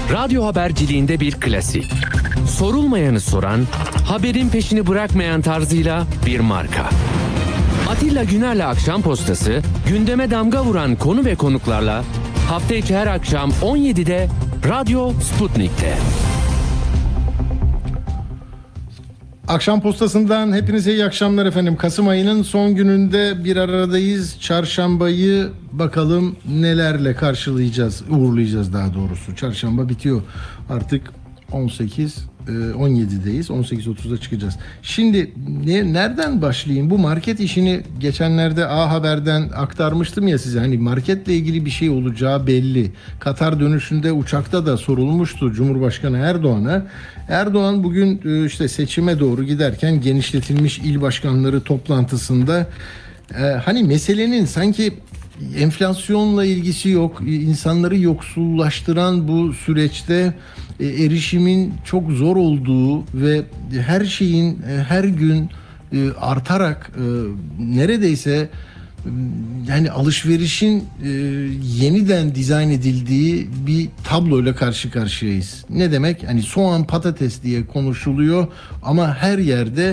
Radyo haberciliğinde bir klasik. Sorulmayanı soran, haberin peşini bırakmayan tarzıyla bir marka. Atilla Güner'le Akşam Postası, gündeme damga vuran konu ve konuklarla hafta içi her akşam 17'de Radyo Sputnik'te. Akşam Postası'ndan hepinize iyi akşamlar efendim. Kasım ayının son gününde bir aradayız. Çarşambayı bakalım nelerle karşılayacağız, uğurlayacağız daha doğrusu. Çarşamba bitiyor artık, 17'deyiz. 18.30'da çıkacağız. Şimdi nereden başlayayım? Bu market işini geçenlerde A Haber'den aktarmıştım ya size. Hani marketle ilgili bir şey olacağı belli. Katar dönüşünde uçakta da sorulmuştu Cumhurbaşkanı Erdoğan'a. Erdoğan bugün işte seçime doğru giderken genişletilmiş il başkanları toplantısında hani meselenin sanki enflasyonla ilgisi yok, insanları yoksullaştıran bu süreçte erişimin çok zor olduğu ve her şeyin her gün artarak neredeyse yani alışverişin yeniden dizayn edildiği bir tabloyla karşı karşıyayız. Ne demek? Hani soğan, patates diye konuşuluyor ama her yerde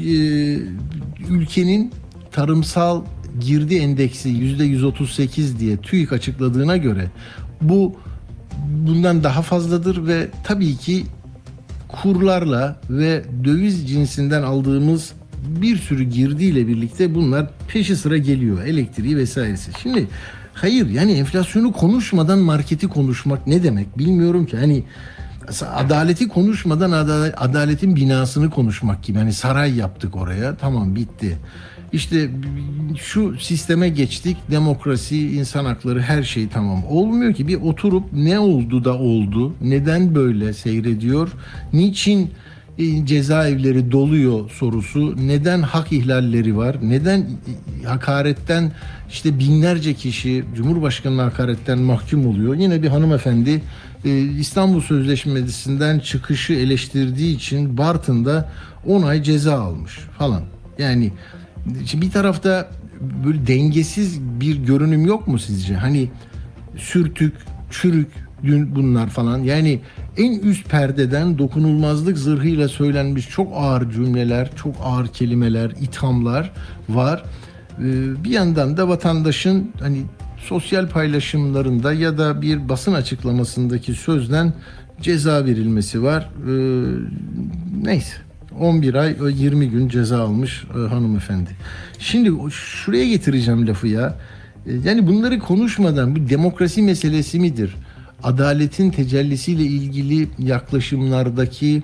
ülkenin tarımsal girdi endeksi %138 diye TÜİK açıkladığına göre bundan daha fazladır ve tabii ki kurlarla ve döviz cinsinden aldığımız bir sürü girdiyle birlikte bunlar peşi sıra geliyor. Elektriği vesairesi. Şimdi hayır, yani enflasyonu konuşmadan marketi konuşmak ne demek bilmiyorum ki. Hani adaleti konuşmadan adaletin binasını konuşmak gibi. Hani saray yaptık oraya, tamam, bitti. İşte şu sisteme geçtik, demokrasi, insan hakları, her şey tamam. Olmuyor ki. Bir oturup ne oldu da oldu, neden böyle seyrediyor, niçin cezaevleri doluyor sorusu, neden hak ihlalleri var, neden hakaretten işte binlerce kişi Cumhurbaşkanı'na hakaretten mahkum oluyor. Yine bir hanımefendi İstanbul Sözleşmesi'nden çıkışı eleştirdiği için Bartın'da 10 ay ceza almış falan. Yani şimdi bir tarafta böyle dengesiz bir görünüm yok mu sizce? Hani sürtük, çürük bunlar falan. Yani en üst perdeden dokunulmazlık zırhıyla söylenmiş çok ağır cümleler, çok ağır kelimeler, ithamlar var. Bir yandan da vatandaşın hani sosyal paylaşımlarında ya da bir basın açıklamasındaki sözden ceza verilmesi var. Neyse. 11 ay 20 gün ceza almış hanımefendi. Şimdi şuraya getireceğim lafı ya. Yani bunları konuşmadan bu demokrasi meselesi midir? Adaletin tecellisiyle ilgili yaklaşımlardaki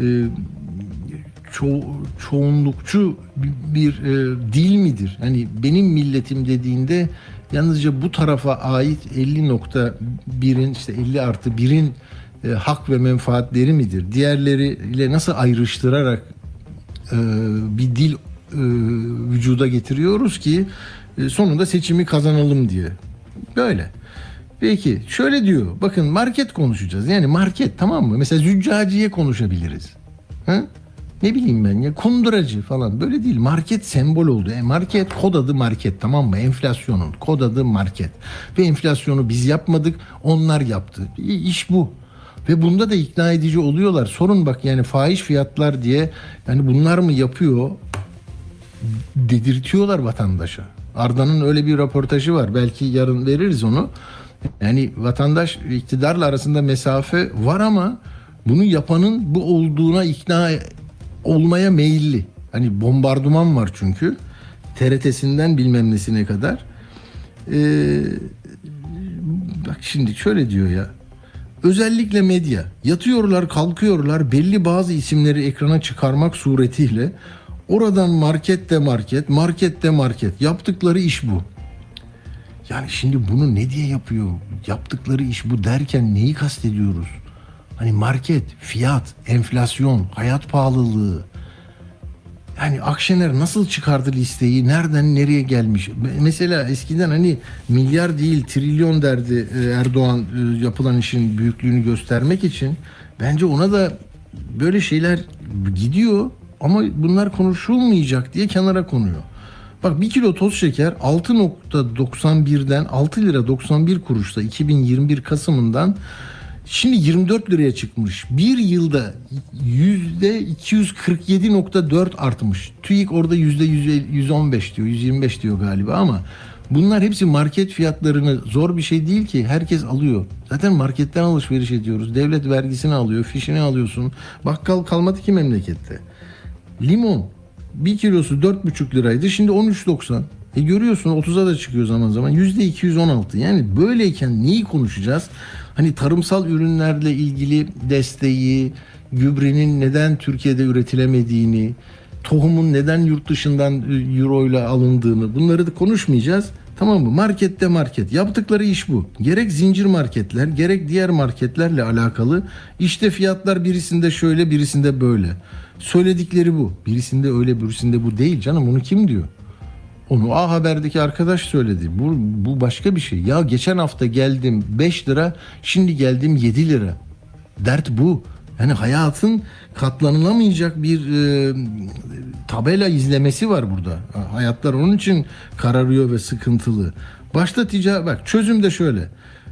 çoğunlukçu bir dil midir? Hani benim milletim dediğinde yalnızca bu tarafa ait 50.1'in işte 50+1'in hak ve menfaatleri midir? Diğerleriyle nasıl ayrıştırarak bir dil vücuda getiriyoruz ki sonunda seçimi kazanalım diye. Böyle. Peki şöyle diyor. Bakın market konuşacağız. Yani market, tamam mı? Mesela züccaciye konuşabiliriz. Ha? Ne bileyim ben ya, kunduracı falan, böyle değil. Market sembol oldu. Market kod adı market, tamam mı? Enflasyonun kod adı market. Ve enflasyonu biz yapmadık, onlar yaptı. İş bu. Ve bunda da ikna edici oluyorlar. Sorun bak, yani fahiş fiyatlar diye, yani bunlar mı yapıyor dedirtiyorlar vatandaşa. Arda'nın öyle bir röportajı var. Belki yarın veririz onu. Yani vatandaş iktidarla arasında mesafe var ama bunu yapanın bu olduğuna ikna olmaya meyilli. Hani bombardıman var çünkü. TRT'sinden bilmem nesine kadar. Bak şimdi şöyle diyor ya. Özellikle medya yatıyorlar kalkıyorlar belli bazı isimleri ekrana çıkarmak suretiyle oradan market de market, market de market, yaptıkları iş bu. Yani şimdi bunu ne diye yapıyor? Yaptıkları iş bu derken neyi kastediyoruz? Hani market, fiyat, enflasyon, hayat pahalılığı. Yani Akşener nasıl çıkardı listeyi? Nereden nereye gelmiş? Mesela eskiden hani milyar değil trilyon derdi Erdoğan yapılan işin büyüklüğünü göstermek için. Bence ona da böyle şeyler gidiyor ama bunlar konuşulmayacak diye kenara konuyor. Bak, 1 kilo toz şeker 6.91'den 6 lira 91 kuruşta 2021 Kasım'ından Şimdi 24 liraya çıkmış. Bir yılda %247.4 artmış. TÜİK orada %115 diyor, 125 diyor galiba ama bunlar hepsi market fiyatlarını, zor bir şey değil ki, herkes alıyor. Zaten marketten alışveriş ediyoruz. Devlet vergisini alıyor, fişini alıyorsun. Bakkal kalmadı ki memlekette. Limon bir kilosu 4,5 liraydı. Şimdi 13,90. Görüyorsun 30'a da çıkıyor zaman zaman. %216. Yani böyleyken neyi konuşacağız? Hani tarımsal ürünlerle ilgili desteği, gübrenin neden Türkiye'de üretilemediğini, tohumun neden yurt dışından euro ile alındığını, bunları da konuşmayacağız. Tamam mı? Markette market. Yaptıkları iş bu. Gerek zincir marketler, gerek diğer marketlerle alakalı. İşte fiyatlar birisinde şöyle, birisinde böyle. Söyledikleri bu. Birisinde öyle, birisinde bu değil canım. Onu kim diyor? Onu A Haber'deki arkadaş söyledi. Bu başka bir şey. Ya geçen hafta geldim 5 lira, şimdi geldim 7 lira. Dert bu. Yani hayatın katlanılamayacak bir tabela izlemesi var burada. Hayatlar onun için kararıyor ve sıkıntılı. Başta bak çözüm de şöyle.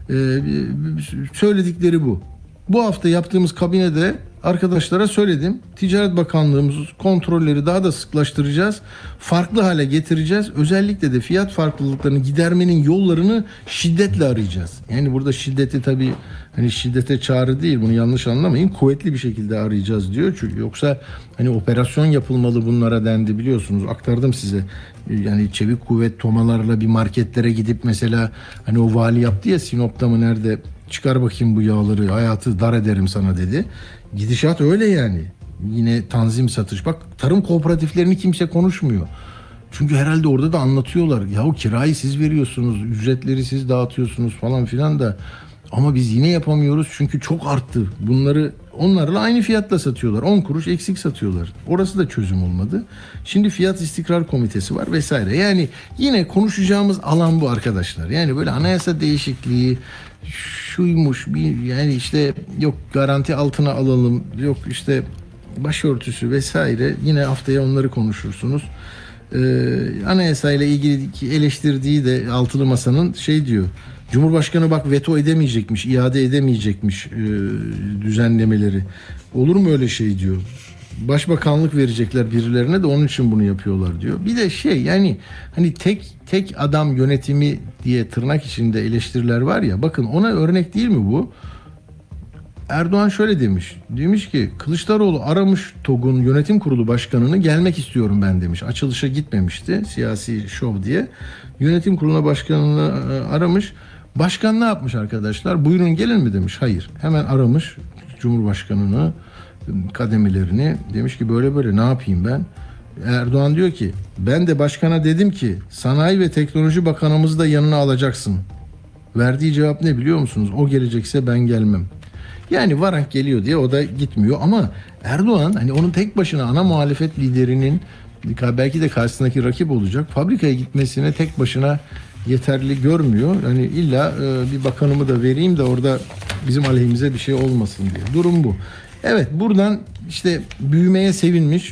Söyledikleri bu. Bu hafta yaptığımız kabinede arkadaşlara söyledim. Ticaret Bakanlığımız kontrolleri daha da sıklaştıracağız. Farklı hale getireceğiz. Özellikle de fiyat farklılıklarını gidermenin yollarını şiddetle arayacağız. Yani burada şiddeti tabii hani şiddete çağrı değil, bunu yanlış anlamayın. Kuvvetli bir şekilde arayacağız diyor. Çünkü yoksa hani operasyon yapılmalı bunlara dendi, biliyorsunuz. Aktardım size. Yani çevik kuvvet tomalarla bir marketlere gidip mesela hani o vali yaptı ya, Sinop'ta mı nerede, çıkar bakayım bu yağları, hayatı dar ederim sana dedi. Gidişat öyle yani. Yine tanzim satış. Bak tarım kooperatiflerini kimse konuşmuyor. Çünkü herhalde orada da anlatıyorlar. Yahu kirayı siz veriyorsunuz, ücretleri siz dağıtıyorsunuz falan filan da. Ama biz yine yapamıyoruz çünkü çok arttı. Bunları onlarla aynı fiyatla satıyorlar. 10 kuruş eksik satıyorlar. Orası da çözüm olmadı. Şimdi Fiyat İstikrar Komitesi var vesaire. Yani yine konuşacağımız alan bu arkadaşlar. Yani böyle anayasa değişikliği, şuymuş, yani işte yok garanti altına alalım, yok işte başörtüsü vesaire, yine haftaya onları konuşursunuz. Anayasayla ilgili eleştirdiği de altılı masanın şey diyor, Cumhurbaşkanı bak veto edemeyecekmiş, iade edemeyecekmiş düzenlemeleri. Olur mu öyle şey diyor. Başbakanlık verecekler birilerine de onun için bunu yapıyorlar diyor. Bir de şey, yani hani tek adam yönetimi diye tırnak içinde eleştiriler var ya, bakın ona örnek değil mi bu? Erdoğan şöyle demiş. Demiş ki Kılıçdaroğlu aramış TOG'un yönetim kurulu başkanını, gelmek istiyorum ben demiş. Açılışa gitmemişti, siyasi şov diye. Yönetim kuruluna başkanını aramış. Başkan ne yapmış arkadaşlar? Buyurun gelin mi demiş. Hayır. Hemen aramış Cumhurbaşkanını, kademelerini. Demiş ki böyle böyle ne yapayım ben? Erdoğan diyor ki ben de başkana dedim ki Sanayi ve Teknoloji Bakanımızı da yanına alacaksın. Verdiği cevap ne biliyor musunuz? O gelecekse ben gelmem. Yani Varank geliyor diye o da gitmiyor ama Erdoğan hani onun tek başına ana muhalefet liderinin belki de karşısındaki rakip olacak fabrikaya gitmesine tek başına yeterli görmüyor. Hani illa bir bakanımı da vereyim de orada bizim aleyhimize bir şey olmasın diye. Durum bu. Evet, buradan işte büyümeye sevinmiş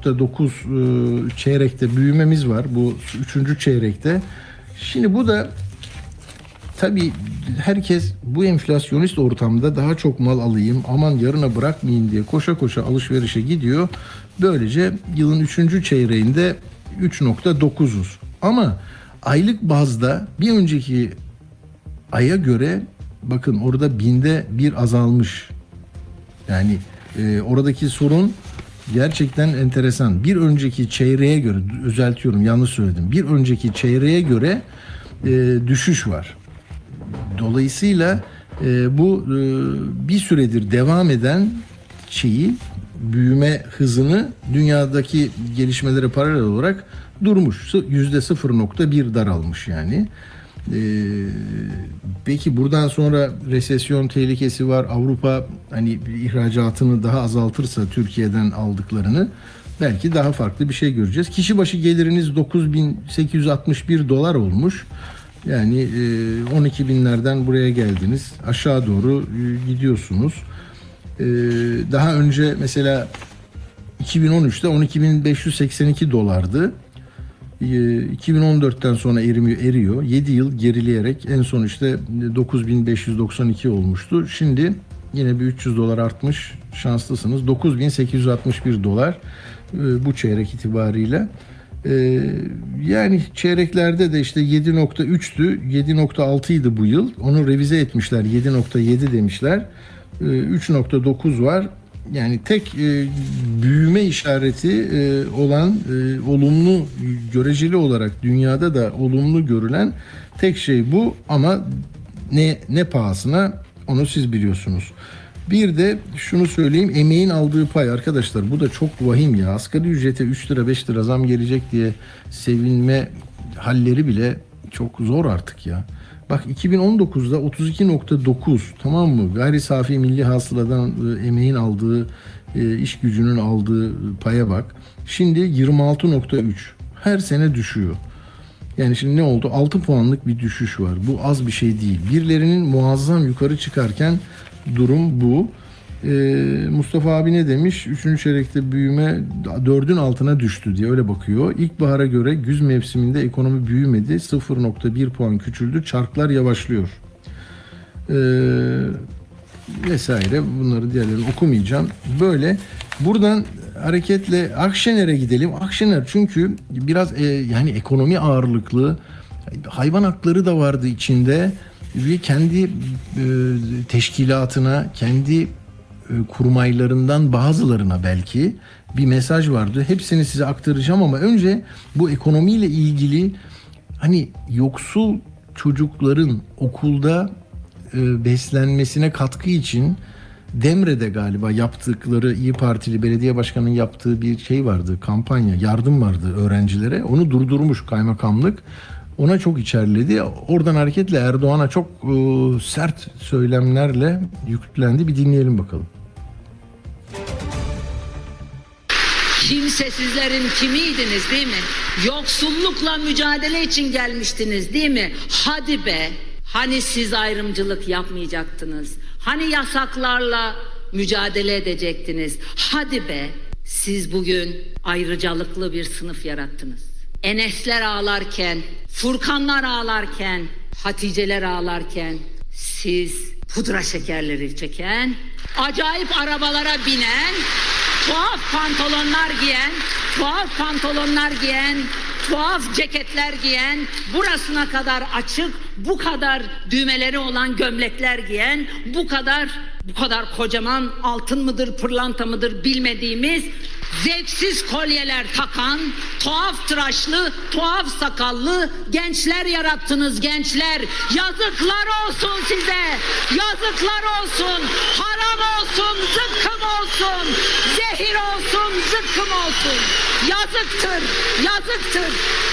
3,9 çeyrekte büyümemiz var bu 3. çeyrekte. Şimdi bu da tabii herkes bu enflasyonist ortamda daha çok mal alayım, aman yarına bırakmayayım diye koşa koşa alışverişe gidiyor. Böylece yılın 3. çeyreğinde 3,9'uz. Ama aylık bazda bir önceki aya göre bakın orada binde bir azalmış. Yani oradaki sorun gerçekten enteresan. Bir önceki çeyreğe göre, düzeltiyorum yanlış söyledim. Bir önceki çeyreğe göre düşüş var. Dolayısıyla bu bir süredir devam eden büyüme hızını dünyadaki gelişmelere paralel olarak durmuş. %0,1 daralmış yani. Peki buradan sonra resesyon tehlikesi var. Avrupa hani ihracatını daha azaltırsa Türkiye'den aldıklarını belki daha farklı bir şey göreceğiz. Kişi başı geliriniz 9.861 dolar olmuş. Yani 12 binlerden buraya geldiniz. Aşağı doğru gidiyorsunuz. Daha önce mesela 2013'te 12.582 dolardı. 2014'ten sonra eriyor. 7 yıl gerileyerek en son işte 9.592 olmuştu. Şimdi yine bir $300 artmış. Şanslısınız. $9.861 bu çeyrek itibariyle. Yani çeyreklerde de işte 7.3'tü, 7.6'ydı bu yıl. Onu revize etmişler, 7.7 demişler. 3.9 var. Yani tek büyüme işareti olan olumlu, göreceli olarak dünyada da olumlu görülen tek şey bu, ama ne pahasına, onu siz biliyorsunuz. Bir de şunu söyleyeyim, emeğin aldığı pay arkadaşlar, bu da çok vahim ya. Asgari ücrete 3 lira 5 lira zam gelecek diye sevinme halleri bile çok zor artık ya. Bak 2019'da 32.9, tamam mı? Gayri safi milli hasıladan emeğin aldığı, iş gücünün aldığı paya bak. Şimdi 26.3. Her sene düşüyor. Yani şimdi ne oldu? 6 puanlık bir düşüş var. Bu az bir şey değil. Birilerinin muazzam yukarı çıkarken durum bu. Mustafa abi ne demiş? 3. çeyrekte büyüme 4'ün altına düştü diye öyle bakıyor. İlkbahara göre güz mevsiminde ekonomi büyümedi. 0.1 puan küçüldü. Çarklar yavaşlıyor. Vesaire. Bunları diğerlerini okumayacağım. Böyle. Buradan hareketle Akşener'e gidelim. Akşener çünkü biraz yani ekonomi ağırlıklı, hayvan hakları da vardı içinde ve kendi teşkilatına, kendi kurmaylarından bazılarına belki bir mesaj vardı. Hepsini size aktaracağım ama önce bu ekonomiyle ilgili, hani yoksul çocukların okulda beslenmesine katkı için Demre'de galiba yaptıkları, İyi Partili belediye başkanının yaptığı bir şey vardı, kampanya, yardım vardı öğrencilere. Onu durdurmuş kaymakamlık. Ona çok içerledi. Oradan hareketle Erdoğan'a çok sert söylemlerle yüklendi. Bir dinleyelim bakalım. Kimsesizlerin kimiydiniz değil mi? Yoksullukla mücadele için gelmiştiniz değil mi? Hadi be! Hani siz ayrımcılık yapmayacaktınız? Hani yasaklarla mücadele edecektiniz? Hadi be! Siz bugün ayrıcalıklı bir sınıf yarattınız. Enesler ağlarken, Furkanlar ağlarken, Haticeler ağlarken, siz pudra şekerleri çeken, acayip arabalara binen, tuhaf pantolonlar giyen, tuhaf ceketler giyen, burasına kadar açık, bu kadar düğmeleri olan gömlekler giyen, bu kadar kocaman altın mıdır, pırlanta mıdır bilmediğimiz zevksiz kolyeler takan, tuhaf tıraşlı, tuhaf sakallı gençler yarattınız, gençler. Yazıklar olsun size. Yazıklar olsun. Haram olsun, zıkkım olsun. Zehir olsun, zıkkım olsun. Yazıktır, yazıktır.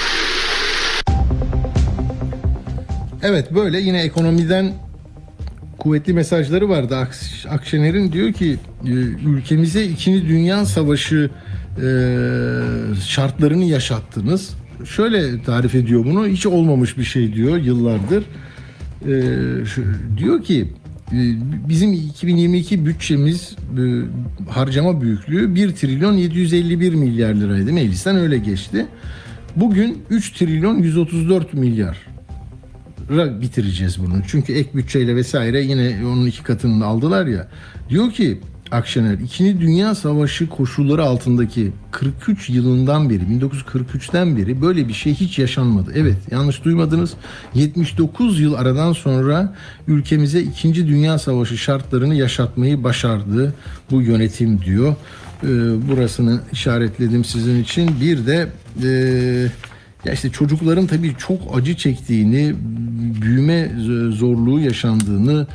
Evet, böyle yine ekonomiden kuvvetli mesajları vardı. Akşener'in diyor ki ülkemize 2. Dünya Savaşı şartlarını yaşattınız. Şöyle tarif ediyor bunu. Hiç olmamış bir şey diyor yıllardır. Diyor ki bizim 2022 bütçemiz harcama büyüklüğü 1 trilyon 751 milyar liraydı. Meclisten öyle geçti. Bugün 3 trilyon 134 milyar bitireceğiz bunu. Çünkü ek bütçeyle vesaire yine onun 2 katını aldılar ya. Diyor ki Akşener, 2. Dünya Savaşı koşulları altındaki 43 yılından beri, 1943'ten beri böyle bir şey hiç yaşanmadı. Evet, yanlış duymadınız. 79 yıl aradan sonra ülkemize 2. Dünya Savaşı şartlarını yaşatmayı başardı bu yönetim diyor. Burasını işaretledim sizin için. Bir de ya işte çocukların tabii çok acı çektiğini, büyüme zorluğu yaşandığını,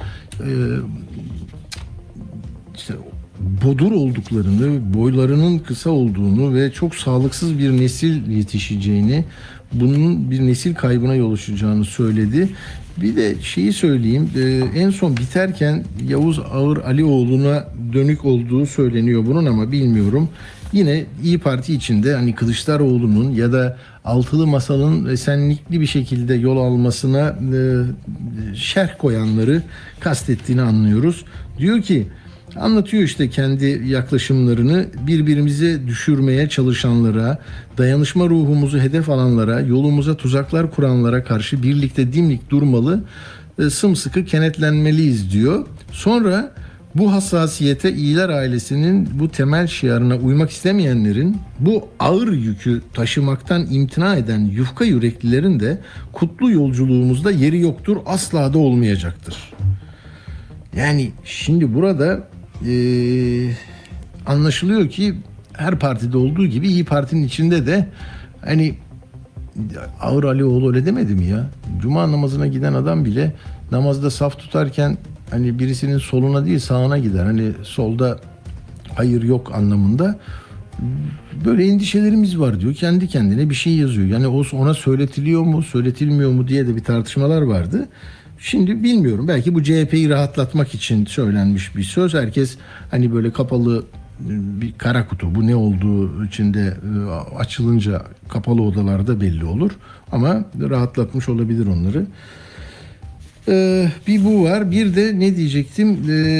işte bodur olduklarını, boylarının kısa olduğunu ve çok sağlıksız bir nesil yetişeceğini, bunun bir nesil kaybına yol açacağını söyledi. Bir de şeyi söyleyeyim, en son biterken Yavuz Ağır Alioğlu'na dönük olduğu söyleniyor bunun, ama bilmiyorum. Yine İyi Parti içinde hani Kılıçdaroğlu'nun ya da Altılı Masa'nın esenlikli bir şekilde yol almasına şerh koyanları kastettiğini anlıyoruz. Diyor ki Anlatıyor işte kendi yaklaşımlarını, birbirimizi düşürmeye çalışanlara, dayanışma ruhumuzu hedef alanlara, yolumuza tuzaklar kuranlara karşı birlikte dimdik durmalı, sımsıkı kenetlenmeliyiz diyor. Sonra bu hassasiyete iyiler ailesinin bu temel şiarına uymak istemeyenlerin, bu ağır yükü taşımaktan imtina eden yufka yüreklilerin de kutlu yolculuğumuzda yeri yoktur, asla da olmayacaktır. Yani şimdi burada anlaşılıyor ki her partide olduğu gibi İyi Parti'nin içinde de hani Ağır Alioğlu öyle demedi mi ya? Cuma namazına giden adam bile namazda saf tutarken hani birisinin soluna değil sağına gider. Hani solda hayır yok anlamında. Böyle endişelerimiz var diyor. Kendi kendine bir şey yazıyor. Yani ona söyletiliyor mu, söyletilmiyor mu diye de bir tartışmalar vardı. Şimdi bilmiyorum. Belki bu CHP'yi rahatlatmak için söylenmiş bir söz. Herkes hani böyle kapalı bir kara kutu. Bu ne olduğu içinde açılınca kapalı odalarda belli olur. Ama rahatlatmış olabilir onları. Bir bu var. Bir de ne diyecektim?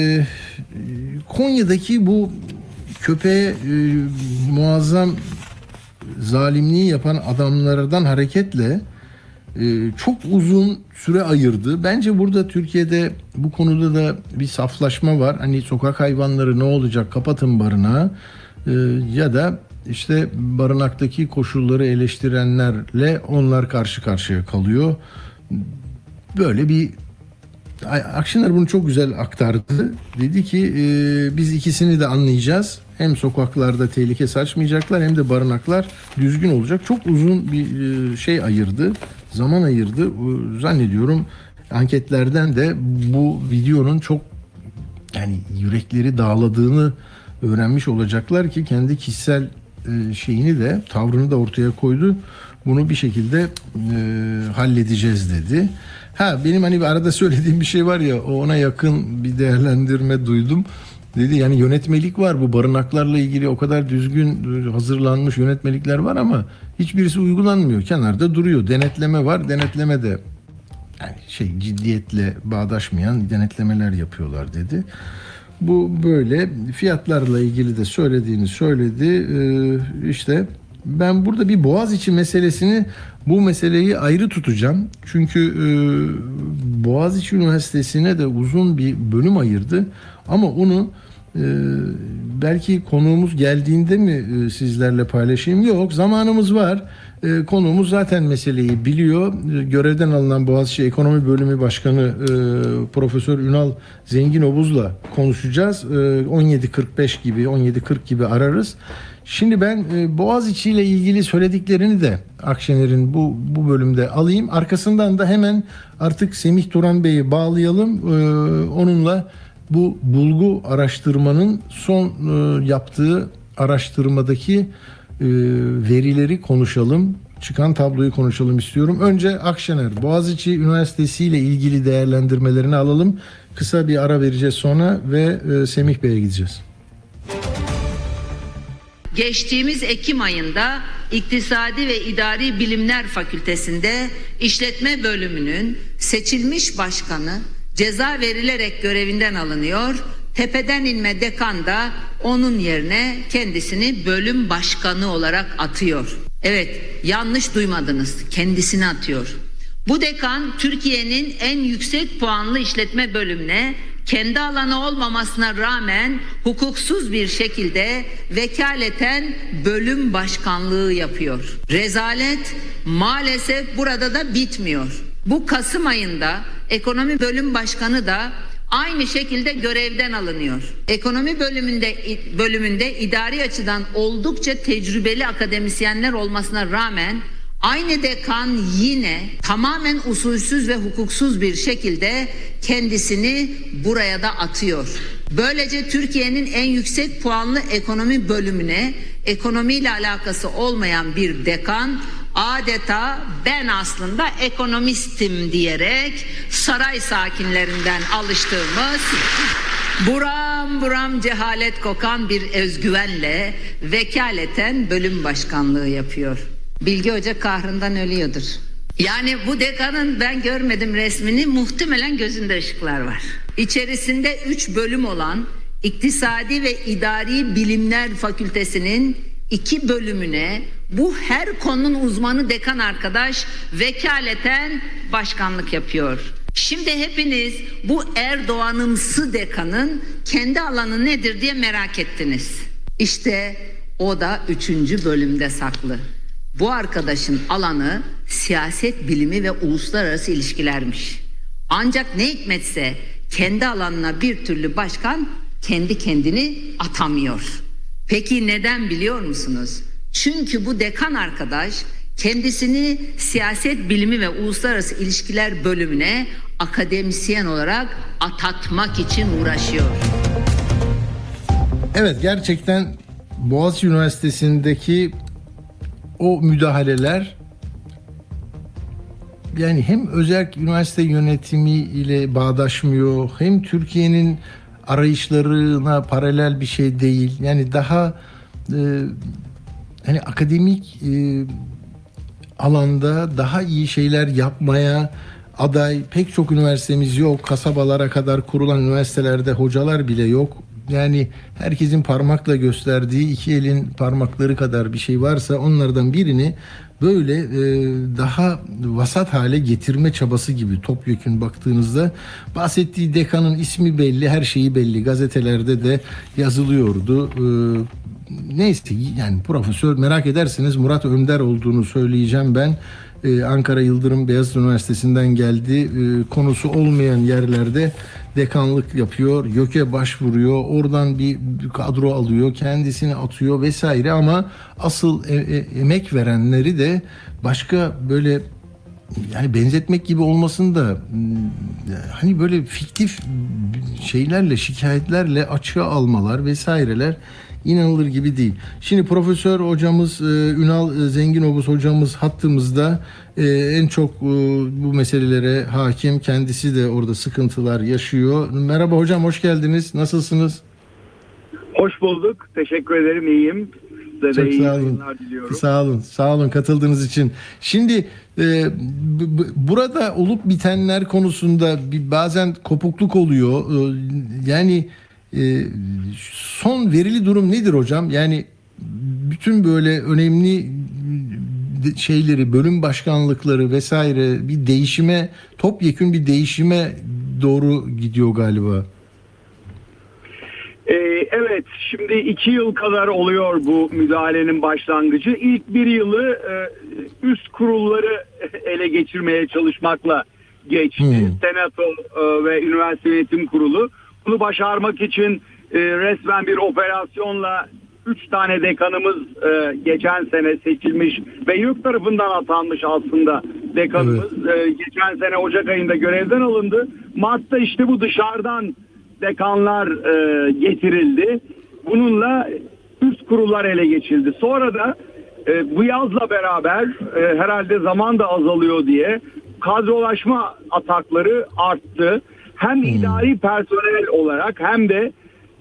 Konya'daki bu köpeğe muazzam zalimliği yapan adamlardan hareketle çok uzun süre ayırdı. Bence burada Türkiye'de bu konuda da bir saflaşma var. Hani sokak hayvanları ne olacak, kapatın barınağı, ya da işte barınaktaki koşulları eleştirenlerle onlar karşı karşıya kalıyor. Böyle bir Akşener bunu çok güzel aktardı. Dedi ki biz ikisini de anlayacağız. Hem sokaklarda tehlike saçmayacaklar hem de barınaklar düzgün olacak. Çok uzun bir şey ayırdı. Zaman ayırdı. Zannediyorum anketlerden de bu videonun çok yani yürekleri dağladığını öğrenmiş olacaklar ki kendi kişisel şeyini de tavrını da ortaya koydu. Bunu bir şekilde halledeceğiz dedi. Benim hani arada söylediğim bir şey var ya, ona yakın bir değerlendirme duydum. Dedi yani yönetmelik var, bu barınaklarla ilgili o kadar düzgün hazırlanmış yönetmelikler var ama hiçbirisi uygulanmıyor. Kenarda duruyor. Denetleme var. Denetleme de yani ciddiyetle bağdaşmayan denetlemeler yapıyorlar dedi. Bu böyle. Fiyatlarla ilgili de söylediğini söyledi. İşte ben burada bir Boğaziçi meselesini, bu meseleyi ayrı tutacağım. Çünkü Boğaziçi Üniversitesi'ne de uzun bir bölüm ayırdı. Ama onu belki konuğumuz geldiğinde mi sizlerle paylaşayım? Yok, zamanımız var. Konuğumuz zaten meseleyi biliyor. Görevden alınan Boğaziçi Ekonomi Bölümü Başkanı Profesör Ünal Zenginobuz'la konuşacağız. 17.45 gibi, 17.40 gibi ararız. Şimdi ben Boğaziçi ile ilgili söylediklerini de Akşener'in bu bölümde alayım. Arkasından da hemen artık Semih Turan Bey'i bağlayalım. Onunla bu bulgu araştırmanın son yaptığı araştırmadaki verileri konuşalım. Çıkan tabloyu konuşalım istiyorum. Önce Akşener, Boğaziçi Üniversitesi ile ilgili değerlendirmelerini alalım. Kısa bir ara vereceğiz sonra ve Semih Bey'e gideceğiz. Geçtiğimiz Ekim ayında İktisadi ve İdari Bilimler Fakültesi'nde işletme bölümünün seçilmiş başkanı ceza verilerek görevinden alınıyor. Tepeden inme dekan da onun yerine kendisini bölüm başkanı olarak atıyor. Evet, yanlış duymadınız. Kendisini atıyor. Bu dekan Türkiye'nin en yüksek puanlı işletme bölümüne kendi alanı olmamasına rağmen hukuksuz bir şekilde vekaleten bölüm başkanlığı yapıyor. Rezalet maalesef burada da bitmiyor. Bu Kasım ayında ekonomi bölüm başkanı da aynı şekilde görevden alınıyor. Ekonomi bölümünde idari açıdan oldukça tecrübeli akademisyenler olmasına rağmen aynı dekan yine tamamen usulsüz ve hukuksuz bir şekilde kendisini buraya da atıyor. Böylece Türkiye'nin en yüksek puanlı ekonomi bölümüne ekonomiyle alakası olmayan bir dekan adeta ben aslında ekonomistim diyerek saray sakinlerinden alıştığımız buram buram cehalet kokan bir özgüvenle vekaleten bölüm başkanlığı yapıyor. Bilge Hoca kahrından ölüyordur. Yani bu dekanın ben görmedim resmini, muhtemelen gözünde ışıklar var. İçerisinde 3 bölüm olan İktisadi ve İdari Bilimler Fakültesinin 2 bölümüne bu her konunun uzmanı dekan arkadaş vekaleten başkanlık yapıyor. Şimdi hepiniz bu Erdoğan'ımsı dekanın kendi alanı nedir diye merak ettiniz. İşte o da 3. bölümde saklı. Bu arkadaşın alanı siyaset bilimi ve uluslararası ilişkilermiş. Ancak ne hikmetse kendi alanına bir türlü başkan kendi kendini atamıyor. Peki neden biliyor musunuz? Çünkü bu dekan arkadaş kendisini siyaset bilimi ve uluslararası ilişkiler bölümüne akademisyen olarak atatmak için uğraşıyor. Evet, gerçekten Boğaziçi Üniversitesi'ndeki o müdahaleler, yani hem özel üniversite yönetimi ile bağdaşmıyor, hem Türkiye'nin arayışlarına paralel bir şey değil. Yani daha hani akademik alanda daha iyi şeyler yapmaya aday pek çok üniversitemiz yok. Kasabalara kadar kurulan üniversitelerde hocalar bile yok. Yani herkesin parmakla gösterdiği 2 elin parmakları kadar bir şey varsa onlardan birini böyle daha vasat hale getirme çabası gibi topyekün baktığınızda. Bahsettiği dekanın ismi belli, her şeyi belli. Gazetelerde de yazılıyordu. Neyse, yani profesör, merak edersiniz Murat Önder olduğunu söyleyeceğim ben. Ankara Yıldırım Beyazıt Üniversitesi'nden geldi. Konusu olmayan yerlerde dekanlık yapıyor, YÖK'e başvuruyor, oradan bir kadro alıyor, kendisini atıyor vesaire, ama asıl emek verenleri de başka böyle, yani benzetmek gibi olmasın da hani böyle fiktif şeylerle, şikayetlerle açığa almalar vesaireler inanılır gibi değil. Şimdi Profesör hocamız Ünal Zenginobuz hocamız hattımızda, en çok bu meselelere hakim. Kendisi de orada sıkıntılar yaşıyor. Merhaba hocam, hoş geldiniz. Nasılsınız? Hoş bulduk. Teşekkür ederim. İyiyim. Size çok de iyi sağ olun. yayınlar diliyorum. Sağ olun. Sağ olun katıldığınız için. Şimdi burada olup bitenler konusunda bazen kopukluk oluyor. Yani son verili durum nedir hocam? Yani bütün böyle önemli şeyleri, bölüm başkanlıkları vesaire bir değişime, topyekün bir değişime doğru gidiyor galiba. Evet, şimdi 2 yıl kadar oluyor bu müdahalenin başlangıcı. İlk 1 yılı üst kurulları ele geçirmeye çalışmakla geçti. Senato ve Üniversite Yönetim Kurulu. Bunu başarmak için resmen bir operasyonla 3 tane dekanımız geçen sene seçilmiş ve YÖK tarafından atanmış aslında dekanımız. Evet. Geçen sene Ocak ayında görevden alındı. Mart'ta işte bu dışarıdan dekanlar getirildi. Bununla üst kurullar ele geçildi. Sonra da bu yazla beraber herhalde zaman da azalıyor diye kadrolaşma atakları arttı. Hem idari personel olarak hem de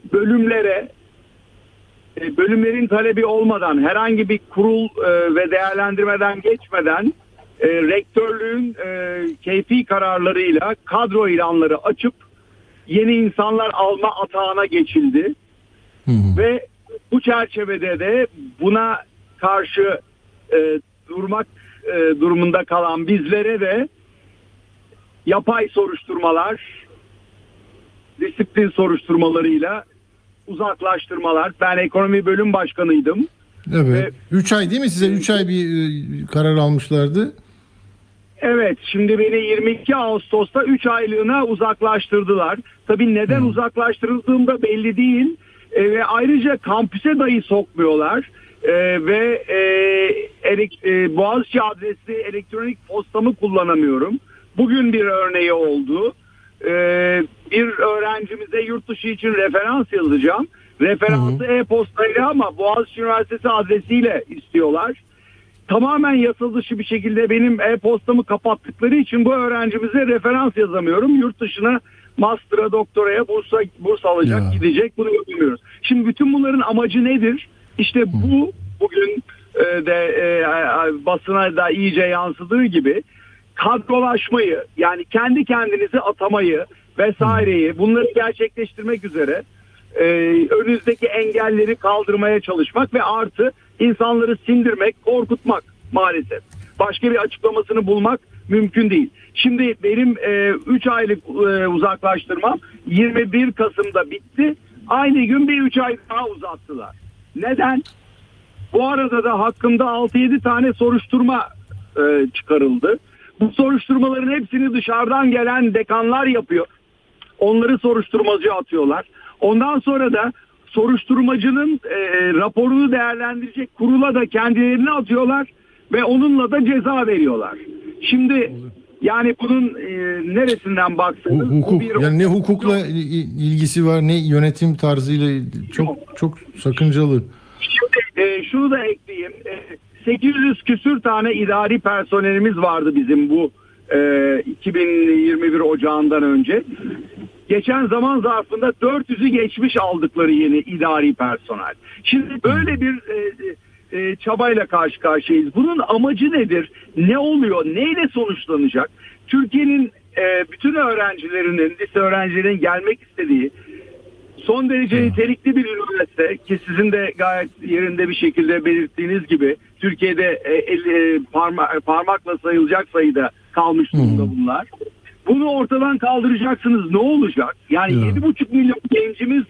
bölümlerin talebi olmadan, herhangi bir kurul ve değerlendirmeden geçmeden rektörlüğün keyfi kararlarıyla kadro ilanları açıp yeni insanlar alma atağına geçildi. Ve bu çerçevede de buna karşı durmak durumunda kalan bizlere de yapay soruşturmalar, disiplin soruşturmalarıyla uzaklaştırmalar. Ben ekonomi bölüm başkanıydım. Evet. 3 ay değil mi? Size 3 ay bir karar almışlardı. Evet. Şimdi beni 22 Ağustos'ta 3 aylığına uzaklaştırdılar. Tabii neden uzaklaştırıldığım da belli değil. Ve ayrıca kampüse dahi sokmuyorlar. Ve Boğaziçi adresli elektronik postamı kullanamıyorum. Bugün bir örneği oldu. Bir öğrencimize yurt dışı için referans yazacağım. Referansı e-postayla ama Boğaziçi Üniversitesi adresiyle istiyorlar. Tamamen yasal dışı bir şekilde benim e-postamı kapattıkları için bu öğrencimize referans yazamıyorum. Yurt dışına master'a, doktoraya burs alacak, gidecek. Bunu yapamıyoruz. Şimdi bütün bunların amacı nedir? İşte bugün de basına da iyice yansıdığı gibi kadrolaşmayı, yani kendi kendinizi atamayı vesaireyi, bunları gerçekleştirmek üzere önünüzdeki engelleri kaldırmaya çalışmak ve artı insanları sindirmek, korkutmak maalesef. Başka bir açıklamasını bulmak mümkün değil. Şimdi benim 3 aylık uzaklaştırmam 21 Kasım'da bitti. Aynı gün bir 3 ay daha uzattılar. Neden? Bu arada da hakkımda 6-7 tane soruşturma çıkarıldı. Bu soruşturmaların hepsini dışarıdan gelen dekanlar yapıyor. Onları soruşturmacıya atıyorlar. Ondan sonra da soruşturmacının raporunu değerlendirecek kurula da kendilerini atıyorlar ve onunla da ceza veriyorlar. Şimdi yani bunun neresinden baksanız Hukuk yani ne hukukla ilgisi var ne yönetim tarzıyla çok sakıncalı. Şimdi şunu da ekleyeyim. 800 küsür tane idari personelimiz vardı bizim bu 2021 Ocağı'ndan önce. Geçen zaman zarfında 400'ü geçmiş aldıkları yeni idari personel. Şimdi böyle bir çabayla karşı karşıyayız. Bunun amacı nedir? Ne oluyor? Neyle sonuçlanacak? Türkiye'nin bütün öğrencilerinin, lise öğrencilerinin gelmek istediği son derece nitelikli bir üniversite ki sizin de gayet yerinde bir şekilde belirttiğiniz gibi Türkiye'de parmakla sayılacak sayıda kalmış durumda bunlar. Bunu ortadan kaldıracaksınız. Ne olacak? Yani 7,5 milyon gencimiz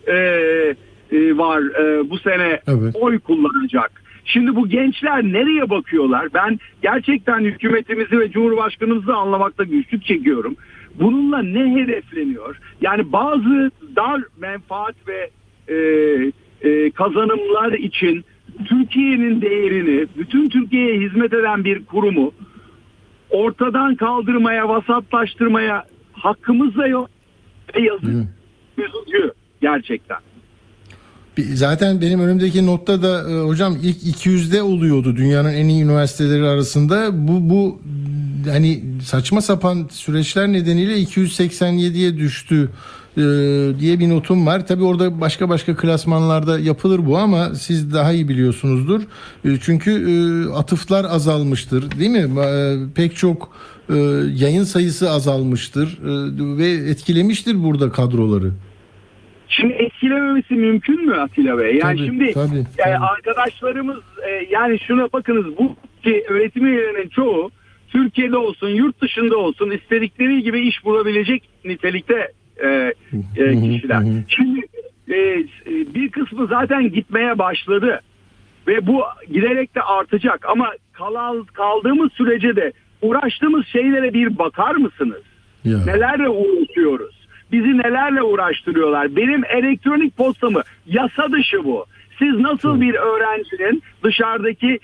var bu sene oy kullanacak. Şimdi bu gençler nereye bakıyorlar? Ben gerçekten hükümetimizi ve Cumhurbaşkanımızı anlamakta güçlük çekiyorum. Bununla ne hedefleniyor? Yani bazı dar menfaat ve kazanımlar için Türkiye'nin değerini, bütün Türkiye'ye hizmet eden bir kurumu ortadan kaldırmaya, vasatlaştırmaya hakkımız da yok. Ve yazık, üzücü gerçekten. Zaten benim önümdeki notta da hocam ilk 200'de oluyordu dünyanın en iyi üniversiteleri arasında. Bu hani saçma sapan süreçler nedeniyle 287'ye düştü diye bir notum var. Tabii orada başka klasmanlarda yapılır bu ama siz daha iyi biliyorsunuzdur. Çünkü atıflar azalmıştır, değil mi? Pek çok yayın sayısı azalmıştır ve etkilemiştir burada kadroları. Şimdi etkilememesi mümkün mü Atilla Bey? Yani tabii. Arkadaşlarımız yani şuna bakınız, bu ki öğretim üyelerinin çoğu Türkiye'de olsun, yurt dışında olsun istedikleri gibi iş bulabilecek nitelikte kişiler. Şimdi bir kısmı zaten gitmeye başladı ve bu giderek de artacak ama kaldığımız sürece de uğraştığımız şeylere bir bakar mısınız? Ya. Nelerle uğraşıyoruz? Bizi nelerle uğraştırıyorlar? Benim elektronik postamı, yasa dışı bu. Siz nasıl bir öğrencinin dışarıdaki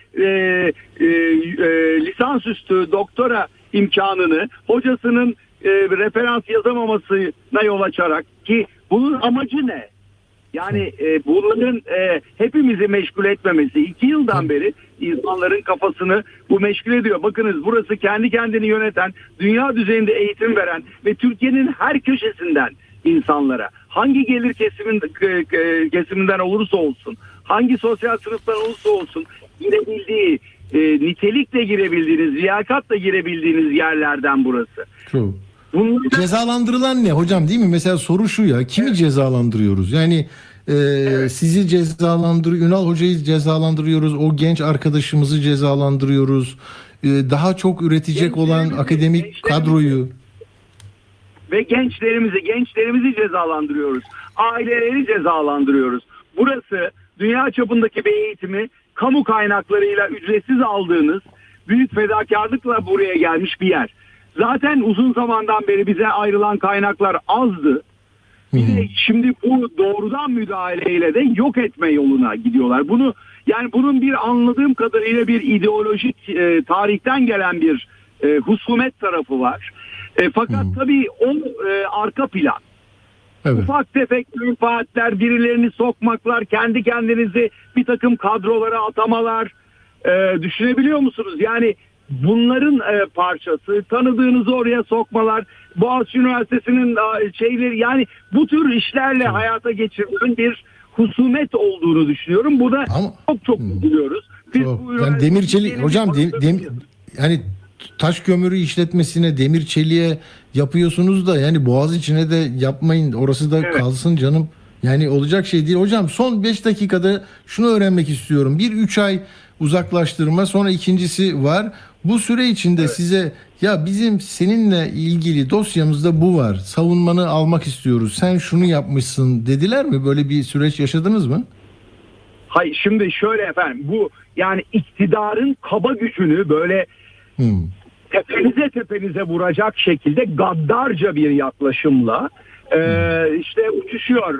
lisansüstü doktora imkanını hocasının referans yazamamasına yol açarak, ki bunun amacı ne? Yani bunların hepimizi meşgul etmemesi. 2 yıldan beri insanların kafasını bu meşgul ediyor. Bakınız, burası kendi kendini yöneten, dünya düzeyinde eğitim veren ve Türkiye'nin her köşesinden insanlara, hangi gelir kesiminden olursa olsun, hangi sosyal sınıftan olursa olsun girebildiği, nitelikle girebildiğiniz, liyakatla girebildiğiniz yerlerden burası. Çok. Cezalandırılan ne hocam, değil mi? Mesela soru şu ya, kimi cezalandırıyoruz? Yani sizi cezalandırıyoruz, Ünal Hoca'yı cezalandırıyoruz, o genç arkadaşımızı cezalandırıyoruz, daha çok üretecek olan akademik kadroyu. Ve gençlerimizi cezalandırıyoruz. Aileleri cezalandırıyoruz. Burası dünya çapındaki bir eğitimi kamu kaynaklarıyla ücretsiz aldığınız, büyük fedakarlıkla buraya gelmiş bir yer. Zaten uzun zamandan beri bize ayrılan kaynaklar azdı. Bir de şimdi bu doğrudan müdahaleyle de yok etme yoluna gidiyorlar. Bunun bir anladığım kadarıyla bir ideolojik tarihten gelen bir husumet tarafı var. Fakat tabii o arka plan. Evet. Ufak tefek menfaatler, birilerini sokmaklar, kendi kendinizi bir takım kadrolara atamalar, düşünebiliyor musunuz? Yani bunların parçası, tanıdığınızı oraya sokmalar, Boğaziçi Üniversitesi'nin şeyleri, yani bu tür işlerle hayata geçirilen bir husumet olduğunu düşünüyorum. Burada çok üzülüyoruz. Yani demir çelik hocam, yani taş kömürü işletmesine, demir çeliğe yapıyorsunuz da yani Boğaziçi'ne de yapmayın, orası da kalsın canım. Yani olacak şey değil. Hocam son 5 dakikada şunu öğrenmek istiyorum. 3 ay uzaklaştırma, sonra ikincisi var. Bu süre içinde size ya bizim seninle ilgili dosyamızda bu var, savunmanı almak istiyoruz, sen şunu yapmışsın dediler mi? Böyle bir süreç yaşadınız mı? Hayır, şimdi şöyle efendim, bu yani iktidarın kaba gücünü böyle tepenize vuracak şekilde gaddarca bir yaklaşımla işte uçuşuyor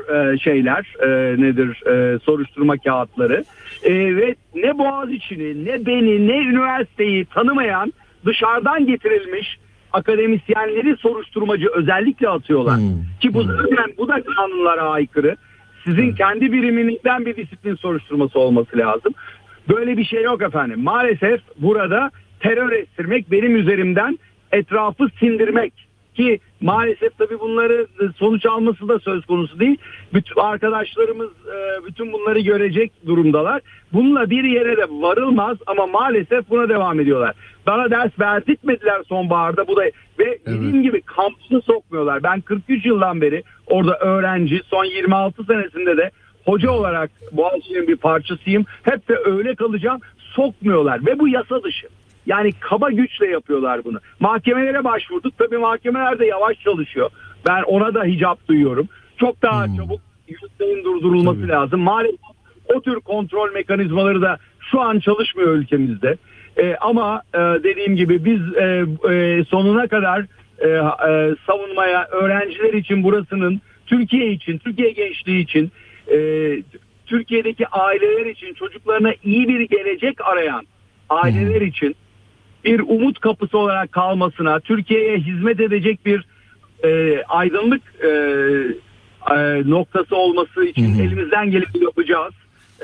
soruşturma kağıtları ve ne Boğaziçi'ni, ne beni, ne üniversiteyi tanımayan dışarıdan getirilmiş akademisyenleri soruşturmacı özellikle atıyorlar. Ki bu da kanunlara aykırı. Sizin kendi biriminizden bir disiplin soruşturması olması lazım. Böyle bir şey yok efendim. Maalesef burada terör estirmek, benim üzerimden etrafı sindirmek, ki maalesef tabii bunları sonuç alması da söz konusu değil. Bütün arkadaşlarımız bütün bunları görecek durumdalar. Bununla bir yere de varılmaz ama maalesef buna devam ediyorlar. Bana ders verdirtmediler sonbaharda, bu da ve dediğim gibi kampüse sokmuyorlar. Ben 43 yıldan beri orada öğrenci, son 26 senesinde de hoca olarak Boğaziçi'nin bir parçasıyım. Hep de öyle kalacağım. Sokmuyorlar ve bu yasa dışı. Yani kaba güçle yapıyorlar bunu. Mahkemelere başvurduk. Tabii mahkemeler de yavaş çalışıyor. Ben ona da hicap duyuyorum. Çok daha çabuk yürütmenin durdurulması lazım. Maalesef o tür kontrol mekanizmaları da şu an çalışmıyor ülkemizde. Ama dediğim gibi biz sonuna kadar savunmaya, öğrenciler için burasının, Türkiye için, Türkiye gençliği için, Türkiye'deki aileler için, çocuklarına iyi bir gelecek arayan aileler için bir umut kapısı olarak kalmasına, Türkiye'ye hizmet edecek bir aydınlık noktası olması için elimizden geleni yapacağız.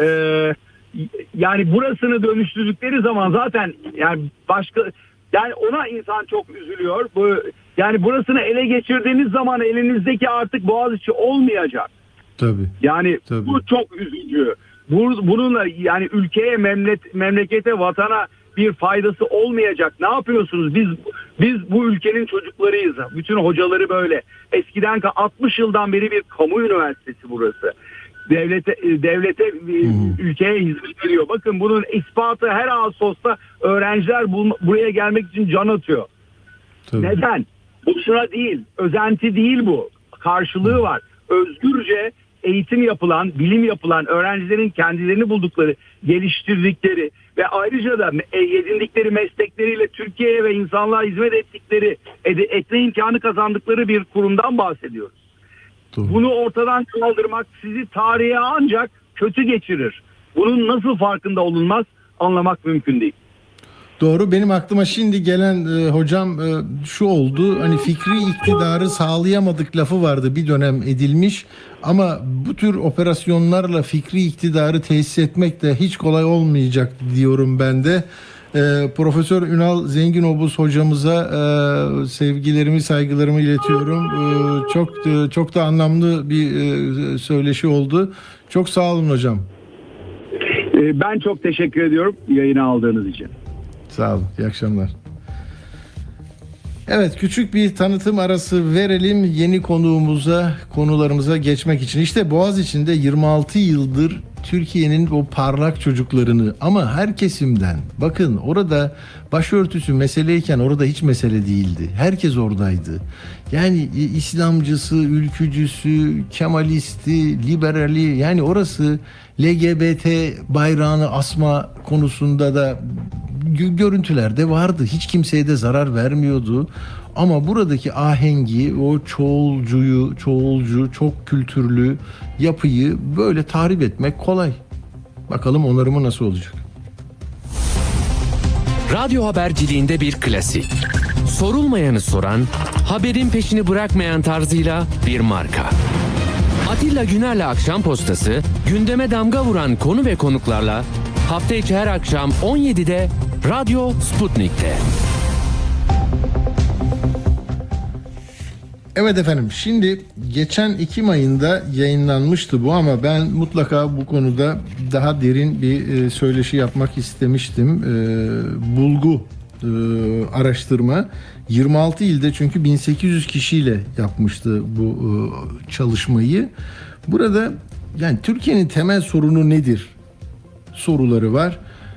Yani burasını dönüştürdükleri zaman zaten yani ona insan çok üzülüyor. Yani burasını ele geçirdiğiniz zaman elinizdeki artık Boğaziçi olmayacak. Tabii. Yani bu çok üzücü. Bununla yani ülkeye, memlekete, vatana bir faydası olmayacak. Ne yapıyorsunuz? Biz bu ülkenin çocuklarıyız. Bütün hocaları böyle. Eskiden 60 yıldan beri bir kamu üniversitesi burası. Devlete ülkeye hizmet veriyor. Bakın bunun ispatı her Ağustos'ta öğrenciler buraya gelmek için can atıyor. Tabii. Neden? Boşuna değil. Özenti değil bu. Karşılığı var. Özgürce eğitim yapılan, bilim yapılan, öğrencilerin kendilerini buldukları, geliştirdikleri ve ayrıca da edindikleri meslekleriyle Türkiye'ye ve insanlığa hizmet etme imkanı kazandıkları bir kurumdan bahsediyoruz. Doğru. Bunu ortadan kaldırmak sizi tarihe ancak kötü geçirir. Bunun nasıl farkında olunmaz, anlamak mümkün değil. Doğru. Benim aklıma şimdi gelen hocam şu oldu. Hani fikri iktidarı sağlayamadık lafı vardı, bir dönem edilmiş. Ama bu tür operasyonlarla fikri iktidarı tesis etmek de hiç kolay olmayacak diyorum ben de. Profesör Ünal Zenginobuz hocamıza sevgilerimi, saygılarımı iletiyorum. Çok da anlamlı bir söyleşi oldu. Çok sağ olun hocam. Ben çok teşekkür ediyorum yayına aldığınız için. Sağ olun. İyi akşamlar. Evet, küçük bir tanıtım arası verelim yeni konularımıza geçmek için. İşte Boğaziçi'nde 26 yıldır Türkiye'nin o parlak çocuklarını, ama her kesimden, bakın orada başörtüsü meseleyken orada hiç mesele değildi. Herkes oradaydı. Yani İslamcısı, ülkücüsü, Kemalisti, liberali, yani orası LGBT bayrağını asma konusunda da görüntülerde vardı. Hiç kimseye de zarar vermiyordu. Ama buradaki ahengi, o çoğulcu, çok kültürlü yapıyı böyle tahrip etmek kolay. Bakalım onarımı nasıl olacak? Radyo haberciliğinde bir klasik. Sorulmayanı soran, haberin peşini bırakmayan tarzıyla bir marka. Atilla Güner'le Akşam Postası, gündeme damga vuran konu ve konuklarla hafta içi her akşam 17'de Radyo Sputnik'te. Evet efendim, şimdi geçen Ekim ayında yayınlanmıştı bu, ama ben mutlaka bu konuda daha derin bir söyleşi yapmak istemiştim. Bulgu araştırma 26 ilde, çünkü 1800 kişiyle yapmıştı bu çalışmayı. Burada yani Türkiye'nin temel sorunu nedir soruları var.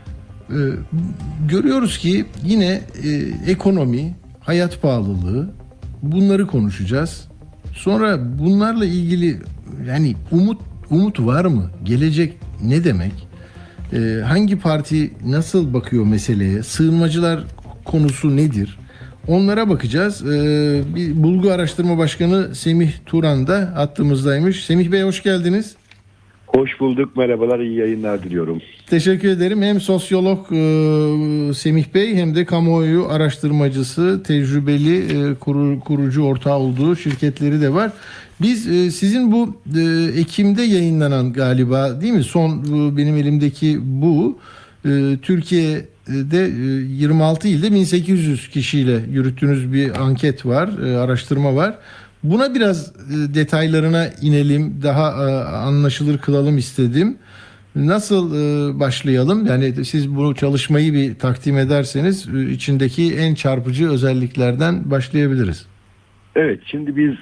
Görüyoruz ki yine ekonomi, hayat pahalılığı, bunları konuşacağız. Sonra bunlarla ilgili yani umut var mı? Gelecek ne demek? Hangi parti nasıl bakıyor meseleye? Sığınmacılar konusu nedir? Onlara bakacağız. Bir Bulgu Araştırma Başkanı Semih Turan da hattımızdaymış. Semih Bey hoş geldiniz. Hoş bulduk. Merhabalar. İyi yayınlar diliyorum. Teşekkür ederim. Hem sosyolog Semih Bey hem de kamuoyu araştırmacısı, tecrübeli kurucu ortağı olduğu şirketleri de var. Biz sizin bu Ekim'de yayınlanan galiba değil mi? Son benim elimdeki bu. Türkiye'de 26 ilde 1800 kişiyle yürüttüğünüz bir anket var, araştırma var. Buna biraz detaylarına inelim, daha anlaşılır kılalım istedim. Nasıl başlayalım? Yani siz bu çalışmayı bir takdim ederseniz içindeki en çarpıcı özelliklerden başlayabiliriz. Evet, şimdi biz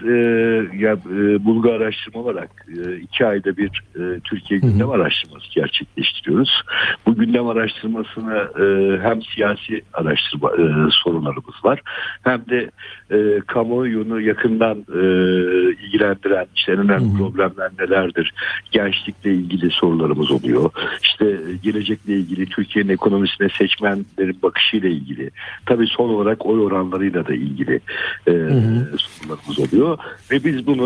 Bulgu Araştırma olarak 2 ayda bir Türkiye gündem araştırması gerçekleştiriyoruz. Bu gündem araştırmasını hem siyasi araştırma sorularımız var, hem de kamuoyunu yakından ilgilendiren işte en önemli problemler nelerdir, gençlikle ilgili sorularımız oluyor. İşte gelecekle ilgili, Türkiye'nin ekonomisine seçmenlerin bakışıyla ilgili, tabii son olarak oy oranlarıyla da ilgili sorularımız oluyor ve biz bunu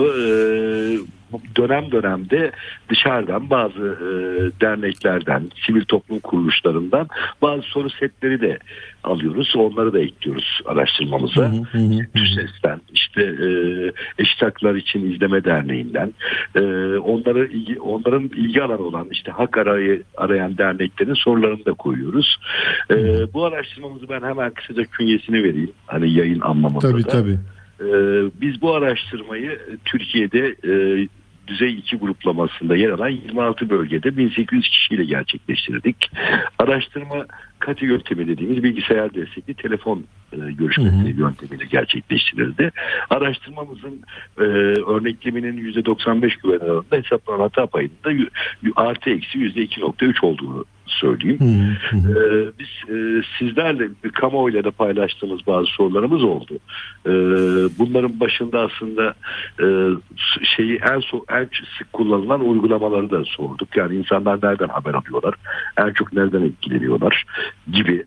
dönem dönemde dışarıdan bazı derneklerden, sivil toplum kuruluşlarından bazı soru setleri de alıyoruz. Onları da ekliyoruz araştırmamıza. TÜSES'ten, işte Eşit Haklar İçin İzleme Derneği'nden, onların ilgi alanı olan işte hak arayan derneklerin sorularını da koyuyoruz. Bu araştırmamızı ben hemen kısaca künyesini vereyim. Hani yayın anlamında da. Tabii. Biz bu araştırmayı Türkiye'de düzey 2 gruplamasında yer alan 26 bölgede 1800 kişiyle gerçekleştirdik. Araştırma KATİ yöntemi dediğimiz bilgisayar destekli telefon görüşmesi yöntemiyle gerçekleştirildi. Araştırmamızın örnekleminin %95 güven oranında hesaplanan hata payında artı eksi %2.3 olduğunu söyleyeyim. Biz sizlerle kamuoyuyla da paylaştığımız bazı sorularımız oldu. Bunların başında aslında en sık kullanılan uygulamaları da sorduk. Yani insanlar nereden haber alıyorlar? En çok nereden etkileniyorlar gibi.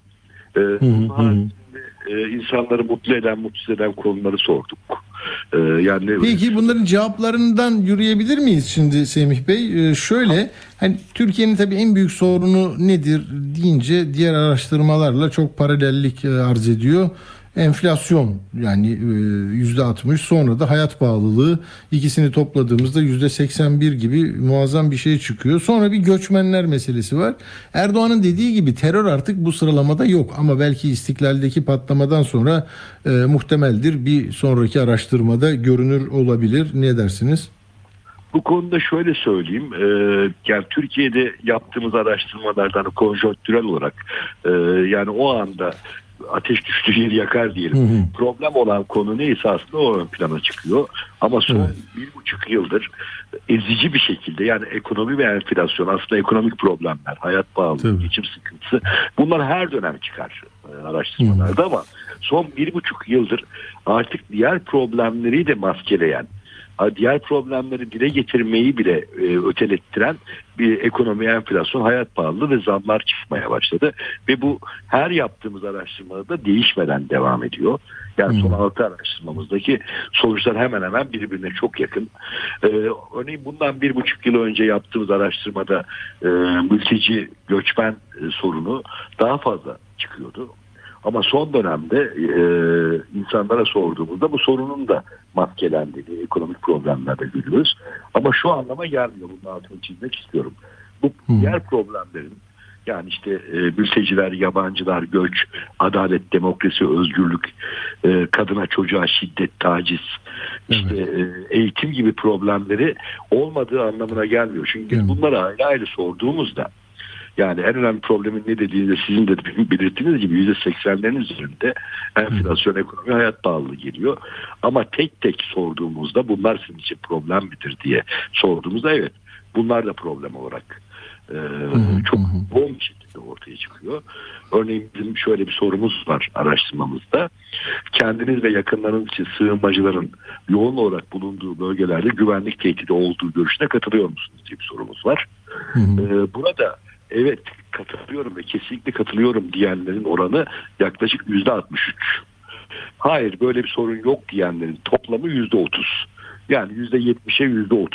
İnsanları mutlu eden, mutsuz eden konuları sorduk. Peki bunların cevaplarından yürüyebilir miyiz şimdi Semih Bey? Şöyle, hani Türkiye'nin tabii en büyük sorunu nedir deyince diğer araştırmalarla çok paralellik arz ediyor. Enflasyon yani %60, sonra da hayat pahalılığı, ikisini topladığımızda %81 gibi muazzam bir şey çıkıyor. Sonra bir göçmenler meselesi var. Erdoğan'ın dediği gibi terör artık bu sıralamada yok ama belki İstiklal'deki patlamadan sonra muhtemeldir bir sonraki araştırmada görünür olabilir. Ne dersiniz? Bu konuda şöyle söyleyeyim, yani Türkiye'de yaptığımız araştırmalardan konjonktürel olarak yani o anda ateş düştüğü yeri yakar diyelim. Problem olan konu neyse aslında o ön plana çıkıyor. Ama son 1,5 yıldır ezici bir şekilde, yani ekonomi ve enflasyon, aslında ekonomik problemler, hayat pahalılığı, geçim sıkıntısı, bunlar her dönem çıkar araştırmalarda ama son 1,5 yıldır artık diğer problemleri de maskeleyen, diğer problemleri dile getirmeyi bile ötelettiren bir ekonomi, enflasyon, hayat pahalılığı ve zamlar çıkmaya başladı. Ve bu her yaptığımız araştırmada da değişmeden devam ediyor. Yani son 6 araştırmamızdaki sonuçlar hemen hemen birbirine çok yakın. Örneğin bundan 1,5 yıl önce yaptığımız araştırmada mülteci, göçmen sorunu daha fazla çıkıyordu. Ama son dönemde insanlara sorduğumuzda bu sorunun da maskelendiğini, ekonomik problemlerde görüyoruz. Ama şu anlama gelmiyor, bunun altını çizmek istiyorum. Bu diğer problemlerin, yani işte mülteciler, yabancılar, göç, adalet, demokrasi, özgürlük, kadına çocuğa şiddet, taciz, işte eğitim gibi problemleri olmadığı anlamına gelmiyor. Çünkü biz bunları ayrı ayrı sorduğumuzda, Yani en önemli problemin ne dediğinizde sizin de belirttiğiniz gibi %80'lerin üzerinde enflasyon, ekonomi, hayat pahalılığı geliyor. Ama tek tek sorduğumuzda bunlar sizin için problem midir diye sorduğumuzda evet bunlar da problem olarak çok yoğun bir şekilde ortaya çıkıyor. Örneğin bizim şöyle bir sorumuz var araştırmamızda. Kendiniz ve yakınlarınız için sığınmacıların yoğun olarak bulunduğu bölgelerde güvenlik tehdidi olduğu görüşüne katılıyor musunuz diye bir sorumuz var. Burada evet katılıyorum ve kesinlikle katılıyorum diyenlerin oranı yaklaşık %63. Hayır böyle bir sorun yok diyenlerin toplamı %30. Yani %70'e %30.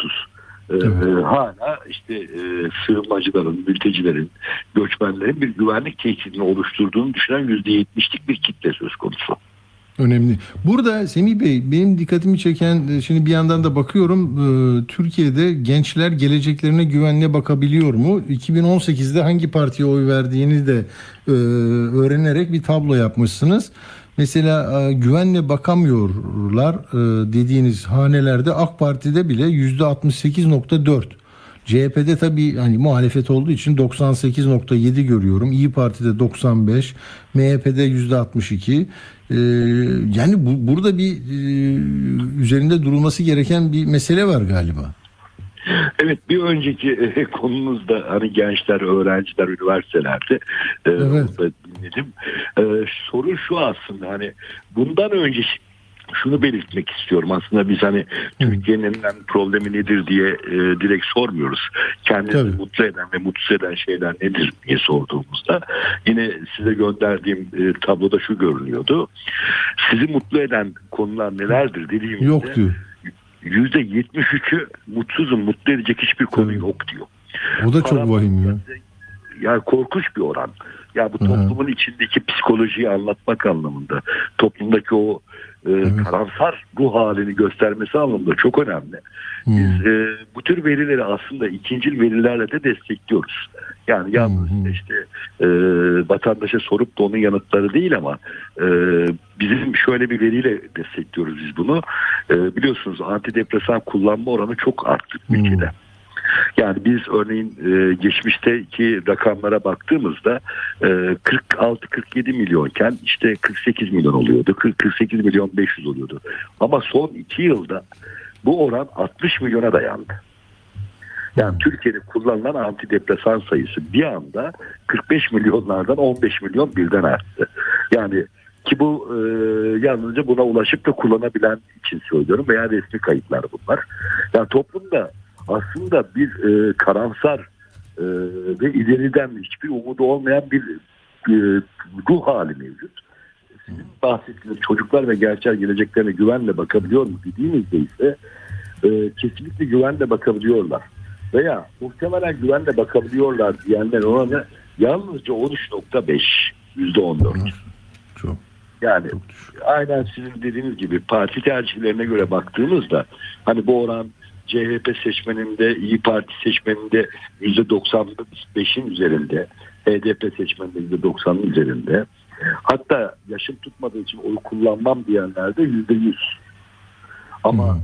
Hala işte sığınmacıların, mültecilerin, göçmenlerin bir güvenlik tehdidini oluşturduğunu düşünen %70'lik bir kitle söz konusu. Önemli. Burada Semih Bey benim dikkatimi çeken, şimdi bir yandan da bakıyorum, Türkiye'de gençler geleceklerine güvenle bakabiliyor mu? 2018'de hangi partiye oy verdiğini de öğrenerek bir tablo yapmışsınız. Mesela güvenle bakamıyorlar dediğiniz hanelerde AK Parti'de bile %68.4. CHP'de tabii hani muhalefet olduğu için 98.7 görüyorum. İyi Parti'de 95, MHP'de %62. Yani burada bir üzerinde durulması gereken bir mesele var galiba. Evet bir önceki konumuzda hani gençler, öğrenciler, üniversitelerde Evet. dinledim. Sorun şu aslında hani bundan önce şunu belirtmek istiyorum. Aslında biz hani Türkiye'nin en önemli problemi nedir diye direkt sormuyoruz. Kendimizi mutlu eden ve mutsuz eden şeyler nedir diye sorduğumuzda yine size gönderdiğim tabloda şu görünüyordu. Sizi mutlu eden konular nelerdir dediğimizde Yok diyor. %73'ü mutsuzum, mutlu edecek hiçbir konu yok diyor. O da çok vahim ya. Yani korkunç bir oran. Ya bu toplumun içindeki psikolojiyi anlatmak anlamında, toplumdaki o karamsar ruh halini göstermesi anlamında çok önemli. Biz bu tür verileri aslında ikincil verilerle de destekliyoruz. Yani yalnız işte vatandaşa sorup da onun yanıtları değil ama bizim şöyle bir veriyle destekliyoruz biz bunu. Biliyorsunuz antidepresan kullanma oranı çok arttı ülkede. Yani biz örneğin geçmişteki rakamlara baktığımızda 46-47 milyonken işte 48 milyon oluyordu. 48 milyon 500 oluyordu. Ama son 2 yılda bu oran 60 milyona dayandı. Yani Türkiye'de kullanılan antidepresan sayısı bir anda 45 milyonlardan 15 milyon birden arttı. Yani ki bu yalnızca buna ulaşıp da kullanabilen için söylüyorum veya resmi kayıtlar bunlar. Yani toplumda aslında bir karamsar ve ileriden hiçbir umudu olmayan bir ruh hali mevcut. Sizin bahsettiğiniz çocuklar ve gençler geleceklerine güvenle bakabiliyor mu dediğinizde ise kesinlikle güvenle bakabiliyorlar. Veya muhtemelen güvenle bakabiliyorlar diyenler oranı yalnızca 13.5, %14. Çok. Yani aynen sizin dediğiniz gibi parti tercihlerine göre baktığımızda hani bu oran CHP seçmeninde, İyi Parti seçmeninde %95'in üzerinde, HDP seçmeninde %90'ın üzerinde. Hatta yaşım tutmadığı için oy kullanmam diyenlerde %100. Ama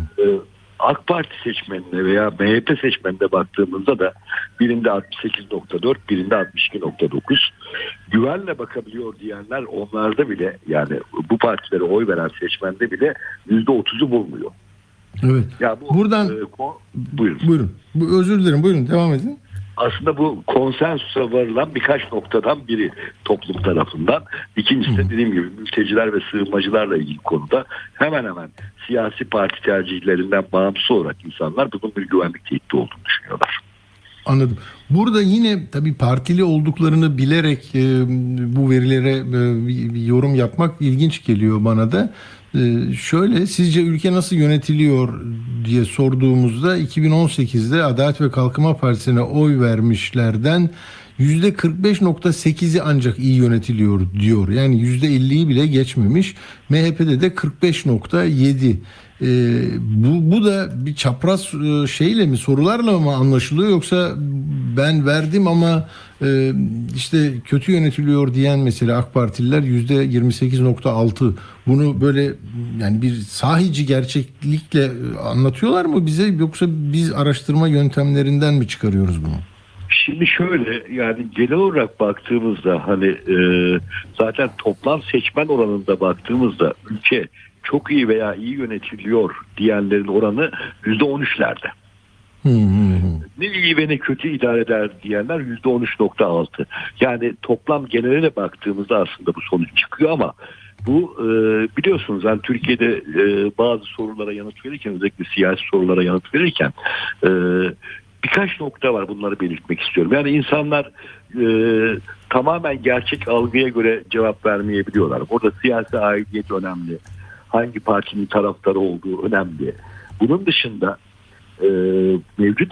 AK Parti seçmenine veya MHP seçmenine baktığımızda da birinde 68.4, birinde 62.9. Güvenle bakabiliyor diyenler onlarda bile yani bu partilere oy veren seçmende bile %30'u bulmuyor. Evet. Ya bu, buradan buyurun. Buyurun. Özür dilerim. Buyurun devam edin. Aslında bu konsensusa varılan birkaç noktadan biri toplum tarafından. İkincisi de dediğim gibi mülteciler ve sığınmacılarla ilgili konuda hemen hemen siyasi parti tercihlerinden bağımsız olarak insanlar bunun bir güvenlik tehdidi olduğunu düşünüyorlar. Anladım. Burada yine tabii partili olduklarını bilerek bu verilere bir yorum yapmak ilginç geliyor bana da. Şöyle sizce ülke nasıl yönetiliyor diye sorduğumuzda 2018'de Adalet ve Kalkınma Partisi'ne oy vermişlerden %45.8'i ancak iyi yönetiliyor diyor. Yani %50'yi bile geçmemiş. MHP'de de 45.7. Bu da bir çapraz şeyle mi, sorularla mı anlaşılıyor, yoksa ben verdim ama işte kötü yönetiliyor diyen mesela AK Partililer %28.6. Bunu böyle yani bir sahici gerçeklikle anlatıyorlar mı bize, yoksa biz araştırma yöntemlerinden mi çıkarıyoruz bunu? Şimdi şöyle, yani genel olarak baktığımızda hani zaten toplam seçmen oranında baktığımızda ülke çok iyi veya iyi yönetiliyor diyenlerin oranı %13'lerde. Ne iyi ve ne kötü idare eder diyenler %13.6. Yani toplam genele baktığımızda aslında bu sonuç çıkıyor ama bu biliyorsunuz yani Türkiye'de bazı sorulara yanıt verirken, özellikle siyasi sorulara yanıt verirken birkaç nokta var, bunları belirtmek istiyorum. Yani insanlar tamamen gerçek algıya göre cevap vermeyebiliyorlar. Burada siyasi aidiyet önemli. Hangi partinin taraftarı olduğu önemli. Bunun dışında mevcut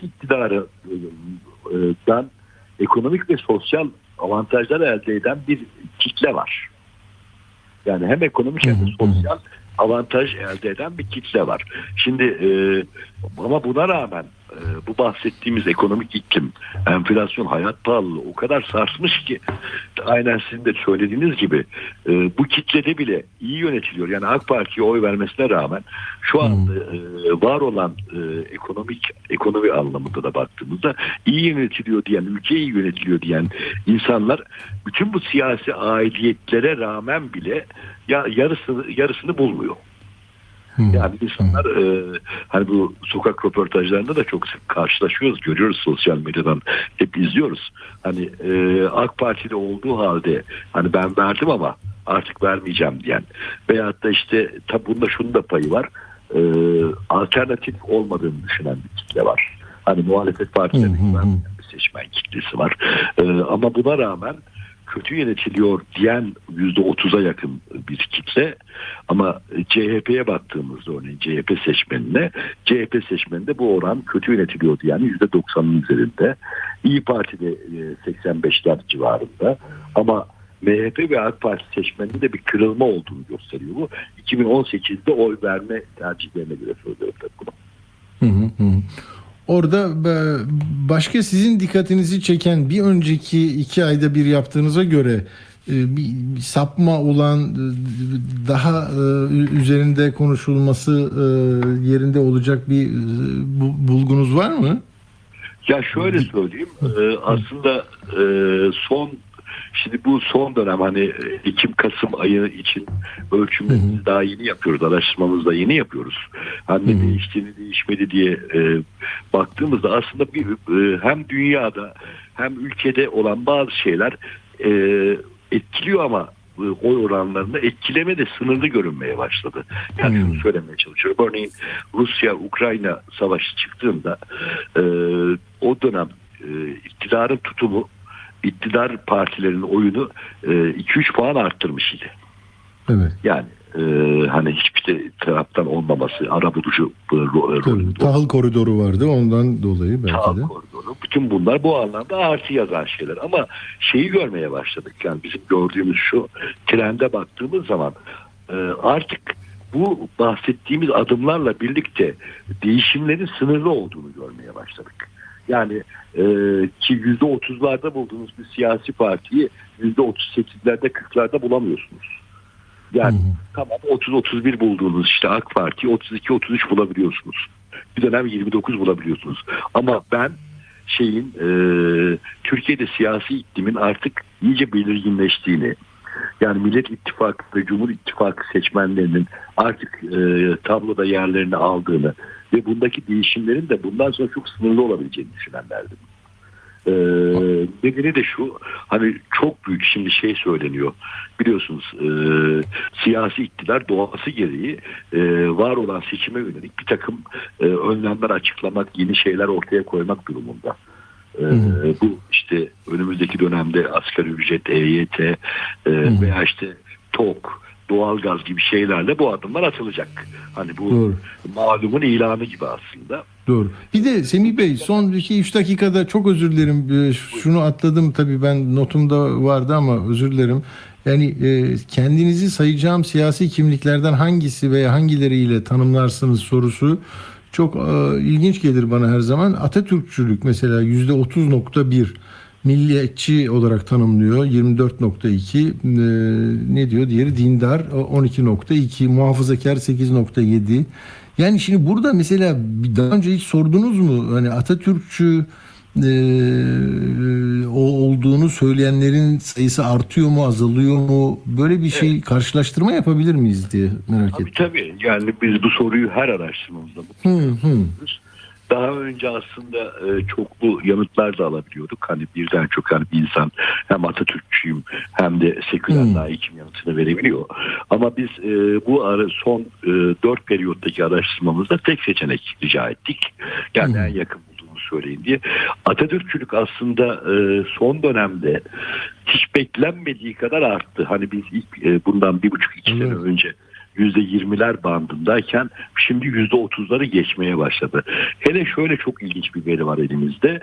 iktidardan ekonomik ve sosyal avantajlar elde eden bir kitle var. Yani hem ekonomik hem de sosyal avantaj elde eden bir kitle var. Şimdi ama buna rağmen bu bahsettiğimiz ekonomik iklim, enflasyon, hayat pahalılığı o kadar sarsmış ki aynen sizin de söylediğiniz gibi bu kitlede bile iyi yönetiliyor. Yani AK Parti'ye oy vermesine rağmen şu anda var olan ekonomi anlamında da baktığımızda iyi yönetiliyor diyen, ülke iyi yönetiliyor diyen insanlar bütün bu siyasi aidiyetlere rağmen bile yarısını bulmuyor. Yani insanlar hani bu sokak röportajlarında da çok sık karşılaşıyoruz, görüyoruz, sosyal medyadan hep izliyoruz. Hani AK Parti'de olduğu halde hani ben verdim ama artık vermeyeceğim diyen veyahut da işte tabi bunda şunun da payı var, alternatif olmadığını düşünen bir kitle var. Hani muhalefet partilerinin bir seçmen kitlesi var. Ama buna rağmen kötü yönetiliyor diyen %30'a yakın bir kitle. Ama CHP'ye baktığımızda örneğin CHP seçmeninde bu oran kötü yönetiliyor diyen %90'ın üzerinde. İyi Parti'de 85'ler civarında. Ama MHP ve AK Parti seçmeninde de bir kırılma olduğunu gösteriyor bu. 2018'de oy verme tercihlerine göre söylüyorum bunu. Orada başka sizin dikkatinizi çeken, bir önceki 2 ayda bir yaptığınıza göre bir sapma olan, daha üzerinde konuşulması yerinde olacak bir bulgunuz var mı? Ya şöyle söyleyeyim, aslında şimdi bu son dönem hani Ekim-Kasım ayı için ölçümlerimizi daha yeni yapıyoruz, araştırmamızı da yeni yapıyoruz. Hani ne değişti ne değişmedi diye baktığımızda aslında hem dünyada hem ülkede olan bazı şeyler etkiliyor ama oy oranlarında etkileme de sınırlı görünmeye başladı. Yani şunu söylemeye çalışıyorum. Örneğin Rusya-Ukrayna savaşı çıktığında o dönem iktidarın tutumu, iktidar partilerinin oyunu 2-3 puan arttırmış idi. Evet. Yani hani hiçbir taraftan olmaması, arabulucu tahıl koridoru vardı, ondan dolayı belki de. Tahıl koridoru. Bütün bunlar bu anlamda artı yazan şeyler. Ama şeyi görmeye başladık. Yani bizim gördüğümüz şu, trende baktığımız zaman artık bu bahsettiğimiz adımlarla birlikte değişimlerin sınırlı olduğunu görmeye başladık. Yani ki %30'larda bulduğunuz bir siyasi partiyi %38'lerde 40'larda bulamıyorsunuz. Yani tamam 30-31 bulduğunuz işte AK Parti 32-33 bulabiliyorsunuz. Bir dönem 29 bulabiliyorsunuz. Ama ben Türkiye'de siyasi iklimin artık iyice belirginleştiğini, yani Millet İttifakı ve Cumhur İttifakı seçmenlerinin artık tabloda yerlerini aldığını ve bundaki değişimlerin de bundan sonra çok sınırlı olabileceğini düşünenlerdim. Nedeni de şu, hani çok büyük şimdi söyleniyor, biliyorsunuz siyasi iktidar doğası gereği var olan seçime yönelik bir takım önlemler açıklamak, yeni şeyler ortaya koymak durumunda. Bu işte önümüzdeki dönemde asgari ücret, EYT veya işte TOK, doğalgaz gibi şeylerle bu adımlar atılacak. Hani bu malumun ilanı gibi aslında. Doğru. Bir de Semih Bey, son 2-3 dakikada çok özür dilerim. Şunu atladım tabii, ben notumda vardı ama özür dilerim. Yani kendinizi sayacağım siyasi kimliklerden hangisi veya hangileriyle tanımlarsınız sorusu çok ilginç gelir bana her zaman. Atatürkçülük mesela %30.1, milliyetçi olarak tanımlıyor 24.2, ne diyor diğeri, dindar 12.2, muhafazakar 8.7. Yani şimdi burada mesela daha önce hiç sordunuz mu hani Atatürkçü olduğunu söyleyenlerin sayısı artıyor mu, azalıyor mu? Böyle bir şey karşılaştırma yapabilir miyiz diye merak ettim. Tabii. Yani biz bu soruyu her araştırmamızda yapıyoruz. Daha önce aslında çoklu yanıtlar da alabiliyorduk. Hani birden çok hani bir insan hem Atatürkçüyüm hem de seküler laikim yanıtını verebiliyor. Ama biz bu son 4 periyottaki araştırmamızda tek seçenek rica ettik. Yani en yakın bulduğunu söyleyin diye. Atatürkçülük aslında son dönemde hiç beklenmediği kadar arttı. Hani biz ilk bundan 1,5-2 sene önce %20'ler bandındayken şimdi %30'ları geçmeye başladı. Hele şöyle çok ilginç bir veri var elimizde.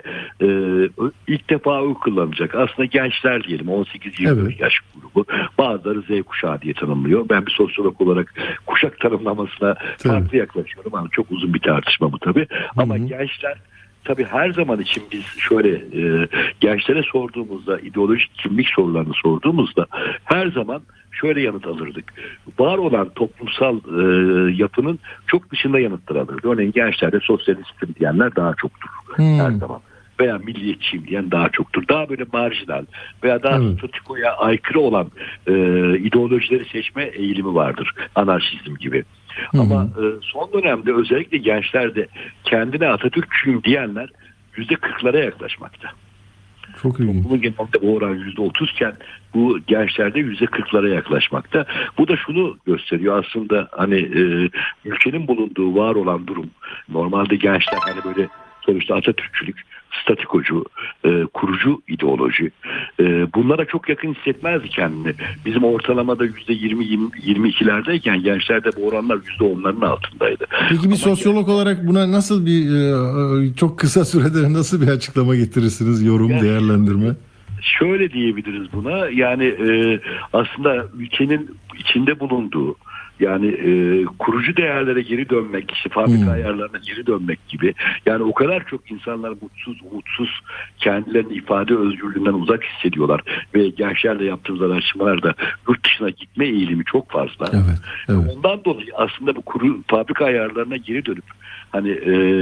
İlk defa oy kullanacak. Aslında gençler diyelim 18-24 yaş grubu. Bazıları Z kuşağı diye tanımlıyor. Ben bir sosyolog olarak kuşak tanımlamasına farklı yaklaşıyorum. Ama çok uzun bir tartışma bu tabii. Ama gençler tabii her zaman için biz şöyle gençlere sorduğumuzda, ideolojik kimlik sorularını sorduğumuzda her zaman şöyle yanıt alırdık. Var olan toplumsal yapının çok dışında yanıtlar alırdı. Örneğin gençlerde sosyalistim diyenler daha çoktur her zaman. Veya milliyetçiyim diyen daha çoktur. Daha böyle marjinal veya daha statikoya aykırı olan ideolojileri seçme eğilimi vardır. Anarşizm gibi. Ama son dönemde özellikle gençlerde kendine Atatürkçüyüm diyenler %40'lara yaklaşmakta. Çok ilginç. Toplumun genelde o oran %30 iken bu gençlerde %40'lara yaklaşmakta. Bu da şunu gösteriyor aslında hani ülkenin bulunduğu var olan durum. Normalde gençler hani böyle sonuçta Atatürkçülük, statikocu, kurucu ideoloji bunlara çok yakın hissetmezdi kendini. Bizim ortalamada %20-22'lerdeyken gençlerde bu oranlar %10'ların altındaydı. Peki bir sosyolog olarak buna nasıl bir çok kısa sürede nasıl bir açıklama getirirsiniz? Yorum, değerlendirme? Şöyle diyebiliriz buna. Yani aslında ülkenin içinde bulunduğu yani kurucu değerlere geri dönmek, işte fabrika ayarlarına geri dönmek gibi. Yani o kadar çok insanlar mutsuz, umutsuz, kendilerini ifade özgürlüğünden uzak hissediyorlar. Ve gençlerle yaptığımız araştırmalarda yurt dışına gitme eğilimi çok fazla. Evet. Ondan dolayı aslında bu fabrika ayarlarına geri dönüp hani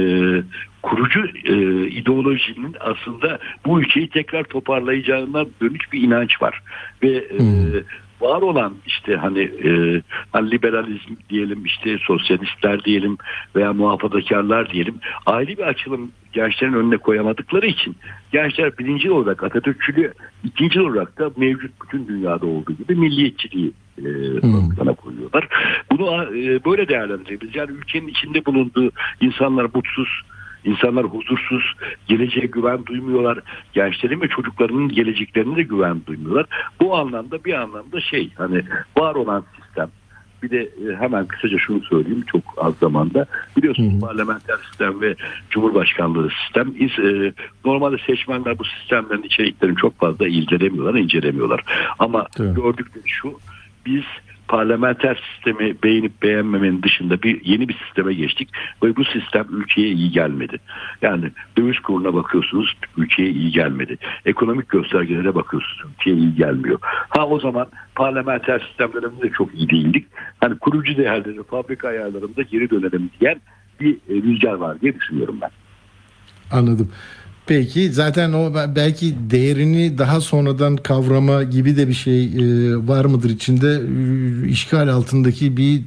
kurucu ideolojinin aslında bu ülkeyi tekrar toparlayacağına dönük bir inanç var. Ve var olan işte hani liberalizm diyelim, işte sosyalistler diyelim veya muhafazakarlar diyelim, ayrı bir açılım gençlerin önüne koyamadıkları için gençler birinci olarak Atatürkçülüğü, ikinci olarak da mevcut bütün dünyada olduğu gibi milliyetçiliği sana koyuyorlar. Bunu böyle değerlendirebiliriz. Yani ülkenin içinde bulunduğu insanlar mutsuz, İnsanlar huzursuz, geleceğe güven duymuyorlar. Gençlerin ve çocuklarının geleceklerine de güven duymuyorlar. Bu anlamda bir anlamda hani var olan sistem. Bir de hemen kısaca şunu söyleyeyim çok az zamanda. Biliyorsunuz parlamenter sistem ve cumhurbaşkanlığı sistem. Normalde seçmenler bu sistemlerin içeriklerini çok fazla incelemiyorlar. Ama gördükleri şu, biz parlamenter sistemi beğenip beğenmemenin dışında yeni bir sisteme geçtik ve bu sistem ülkeye iyi gelmedi. Yani döviz kuruna bakıyorsunuz, ülkeye iyi gelmedi. Ekonomik göstergelere bakıyorsunuz, ülkeye iyi gelmiyor. O zaman parlamenter sistemlerimiz de çok iyi değildik. Hani kurucu değerleri, fabrika ayarlarımıza geri dönelim diyen bir rüzgar var diye düşünüyorum ben. Anladım. Peki zaten o belki değerini daha sonradan kavrama gibi de bir şey var mıdır içinde? İşgal altındaki bir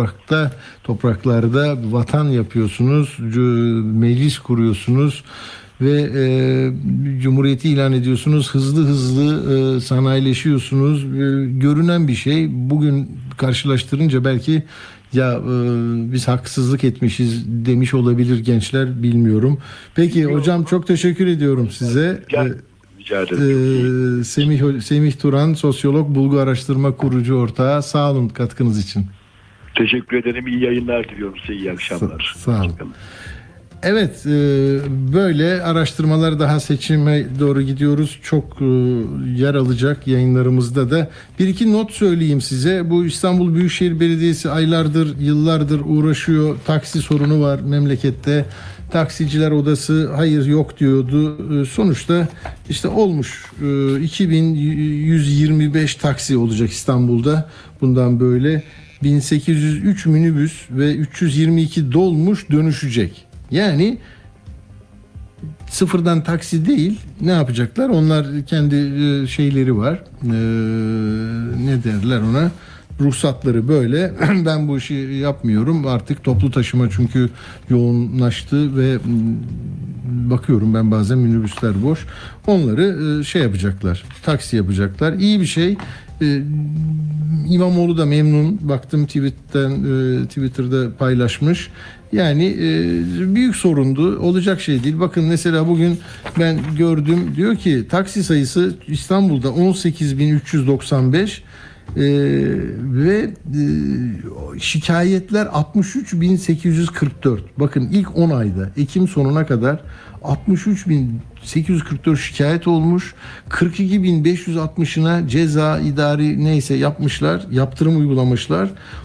topraklarda vatan yapıyorsunuz, meclis kuruyorsunuz ve cumhuriyeti ilan ediyorsunuz. Hızlı sanayileşiyorsunuz. Görünen bir şey. Bugün karşılaştırınca belki biz haksızlık etmişiz demiş olabilir gençler, bilmiyorum. Peki hocam çok teşekkür ediyorum size. Rica ederim. Semih Turan, sosyolog, Bulgu Araştırma Kurucu Ortağı. Sağ olun katkınız için. Teşekkür ederim. İyi yayınlar diliyorum size. İyi akşamlar. Sağ olun. Evet, böyle araştırmalar, daha seçime doğru gidiyoruz. Çok yer alacak yayınlarımızda da. Bir iki not söyleyeyim size. Bu İstanbul Büyükşehir Belediyesi aylardır, yıllardır uğraşıyor. Taksi sorunu var memlekette. Taksiciler Odası hayır yok diyordu. Sonuçta işte olmuş. 2125 taksi olacak İstanbul'da. Bundan böyle 1803 minibüs ve 322 dolmuş dönüşecek. Yani sıfırdan taksi değil, ne yapacaklar? Onlar kendi şeyleri var. Ne derler ona? Ruhsatları böyle. Ben bu işi yapmıyorum. Artık toplu taşıma çünkü yoğunlaştı ve bakıyorum ben bazen minibüsler boş. Onları şey yapacaklar. Taksi yapacaklar. İyi bir şey. İmamoğlu da memnun. Baktım Twitter'da paylaşmış. Yani büyük sorundu. Olacak şey değil. Bakın mesela bugün ben gördüm. Diyor ki taksi sayısı İstanbul'da 18.395 ve şikayetler 63.844. Bakın ilk 10 ayda Ekim sonuna kadar 63.844 şikayet olmuş. 42.560'ına ceza, idari neyse yapmışlar. Yaptırım uygulamışlar.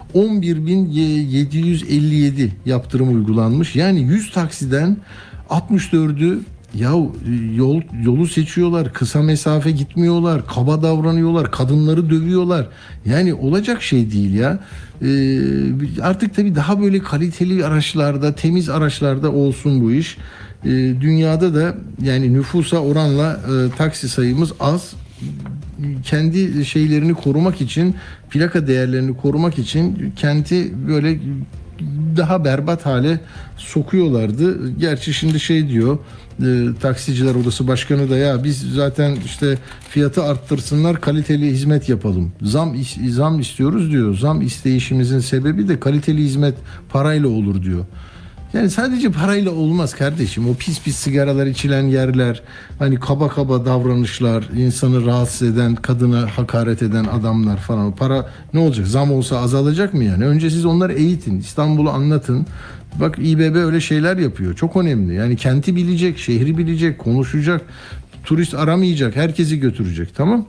11.757 yaptırım uygulanmış. Yani 100 taksiden 64'ü yolu seçiyorlar, kısa mesafe gitmiyorlar, kaba davranıyorlar, kadınları dövüyorlar. Yani olacak şey değil ya. Artık tabii daha böyle kaliteli araçlarda, temiz araçlarda olsun bu iş. Dünyada da yani nüfusa oranla taksi sayımız az. Kendi şeylerini korumak için, plaka değerlerini korumak için kenti böyle daha berbat hale sokuyorlardı. Gerçi şimdi şey diyor Taksiciler Odası Başkanı da ya biz zaten işte fiyatı arttırsınlar, kaliteli hizmet yapalım. Zam istiyoruz diyor. Zam isteyişimizin sebebi de kaliteli hizmet parayla olur diyor. Yani sadece parayla olmaz kardeşim. O pis pis sigaralar içilen yerler, hani kaba kaba davranışlar, insanı rahatsız eden, kadına hakaret eden adamlar falan. Para ne olacak? Zam olsa azalacak mı yani? Önce siz onları eğitin, İstanbul'u anlatın. Bak İBB öyle şeyler yapıyor. Çok önemli. Yani kenti bilecek, şehri bilecek, konuşacak. Turist aramayacak, herkesi götürecek. Tamam?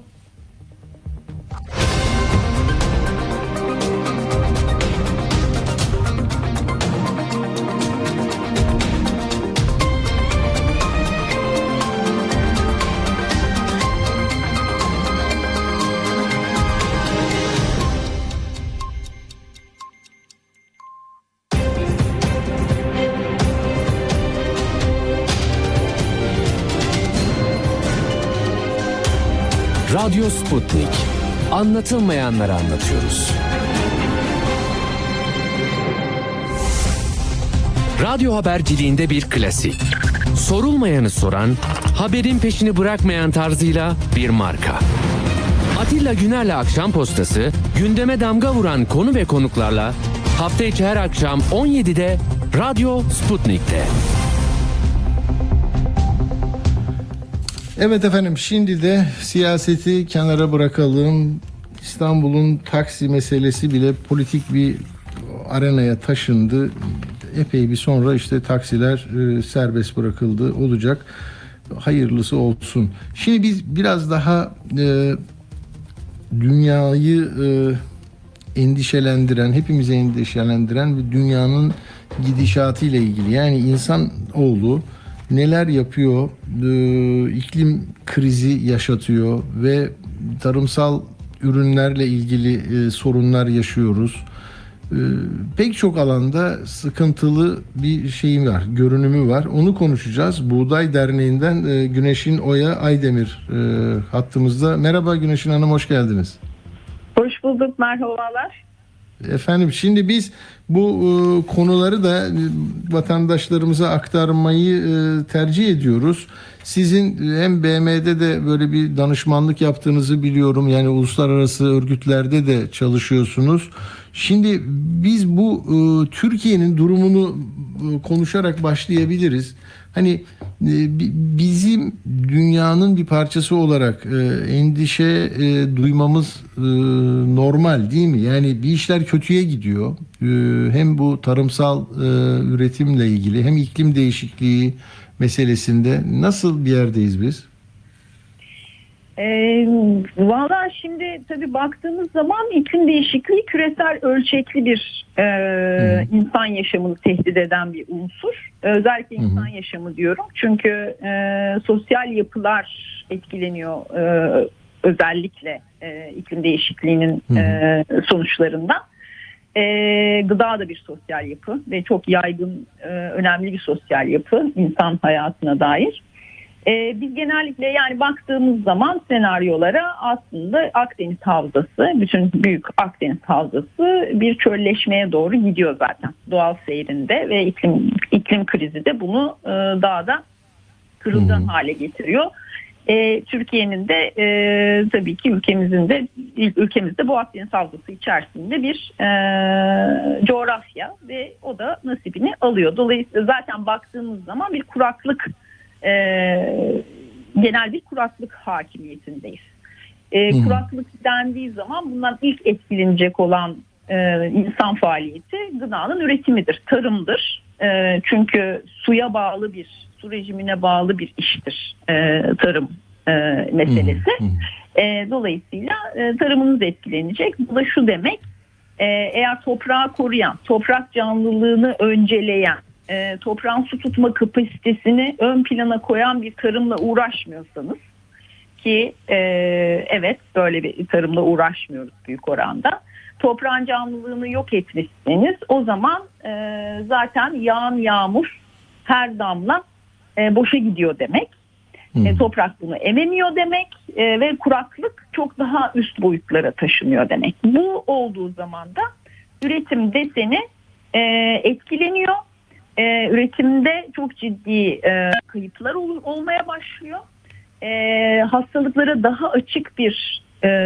Radyo Sputnik. Anlatılmayanları anlatıyoruz. Radyo haberciliğinde bir klasik. Sorulmayanı soran, haberin peşini bırakmayan tarzıyla bir marka. Atilla Güner'le Akşam Postası, gündeme damga vuran konu ve konuklarla hafta içi her akşam 17'de Radyo Sputnik'te. Evet efendim, şimdi de siyaseti kenara bırakalım. İstanbul'un taksi meselesi bile politik bir arenaya taşındı. Epey bir sonra işte taksiler serbest bırakıldı, olacak. Hayırlısı olsun. Şimdi biz biraz daha dünyayı endişelendiren, hepimizi endişelendiren ve dünyanın gidişatı ile ilgili, yani insanoğlu neler yapıyor, iklim krizi yaşatıyor ve tarımsal ürünlerle ilgili sorunlar yaşıyoruz. Pek çok alanda sıkıntılı bir şeyim var, görünümü var. Onu konuşacağız. Buğday Derneği'nden Güneşin Oya Aydemir hattımızda. Merhaba Güneşin Hanım, hoş geldiniz. Hoş bulduk, merhabalar. Efendim, şimdi biz bu konuları da vatandaşlarımıza aktarmayı tercih ediyoruz. Sizin hem BM'de de böyle bir danışmanlık yaptığınızı biliyorum. Yani uluslararası örgütlerde de çalışıyorsunuz. Şimdi biz bu Türkiye'nin durumunu konuşarak başlayabiliriz. Hani bizim dünyanın bir parçası olarak endişe duymamız normal değil mi? Yani bir işler kötüye gidiyor. Hem bu tarımsal üretimle ilgili hem iklim değişikliği meselesinde nasıl bir yerdeyiz biz? Valla şimdi tabii baktığımız zaman iklim değişikliği küresel ölçekli bir insan yaşamını tehdit eden bir unsur. Özellikle insan yaşamı diyorum. Çünkü sosyal yapılar etkileniyor özellikle iklim değişikliğinin sonuçlarından. Gıda da bir sosyal yapı ve çok yaygın, önemli bir sosyal yapı insan hayatına dair. Biz genellikle yani baktığımız zaman senaryolara aslında Akdeniz Havzası, bütün büyük Akdeniz Havzası bir çölleşmeye doğru gidiyor zaten. Doğal seyrinde ve iklim krizi de bunu daha da kırılgan hale getiriyor. Türkiye'nin de tabii ki ülkemizde bu Akdeniz Havzası içerisinde bir coğrafya ve o da nasibini alıyor. Dolayısıyla zaten baktığımız zaman bir kuraklık, genel bir kuraklık hakimiyetindeyiz. Kuraklık dendiği zaman bundan ilk etkilenecek olan insan faaliyeti gıdanın üretimidir, tarımdır. Çünkü suya bağlı su rejimine bağlı bir iştir tarım meselesi. Dolayısıyla tarımınız etkilenecek. Bu da şu demek, eğer toprağı koruyan, toprak canlılığını önceleyen, toprağın su tutma kapasitesini ön plana koyan bir tarımla uğraşmıyorsanız, ki evet böyle bir tarımla uğraşmıyoruz büyük oranda, toprağın canlılığını yok etmişseniz o zaman zaten yağan yağmur her damla boşa gidiyor demek. Toprak bunu ememiyor demek ve kuraklık çok daha üst boyutlara taşınıyor demek. Bu olduğu zaman da üretim deseni etkileniyor. Üretimde çok ciddi kayıplar olmaya başlıyor. Hastalıklara daha açık bir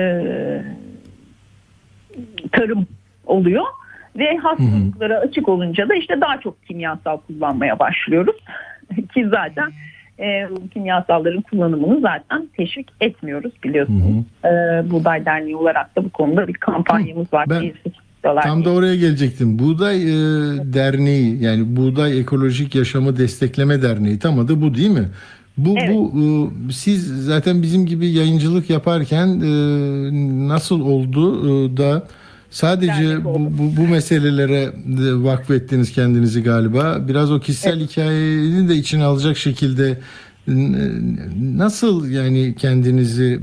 tarım oluyor ve hastalıklara açık olunca da işte daha çok kimyasal kullanmaya başlıyoruz ki zaten kimyasalların kullanımını zaten teşvik etmiyoruz, biliyorsunuz. Buğday Derneği olarak da bu konuda bir kampanyamız var. Tam da oraya gelecektim. Buğday Derneği, yani Buğday Ekolojik Yaşamı Destekleme Derneği, tam adı bu değil mi? Evet. Siz zaten bizim gibi yayıncılık yaparken nasıl oldu da sadece bu meselelere vakfettiniz kendinizi galiba. Biraz o kişisel hikayenin de içine alacak şekilde nasıl yani kendinizi,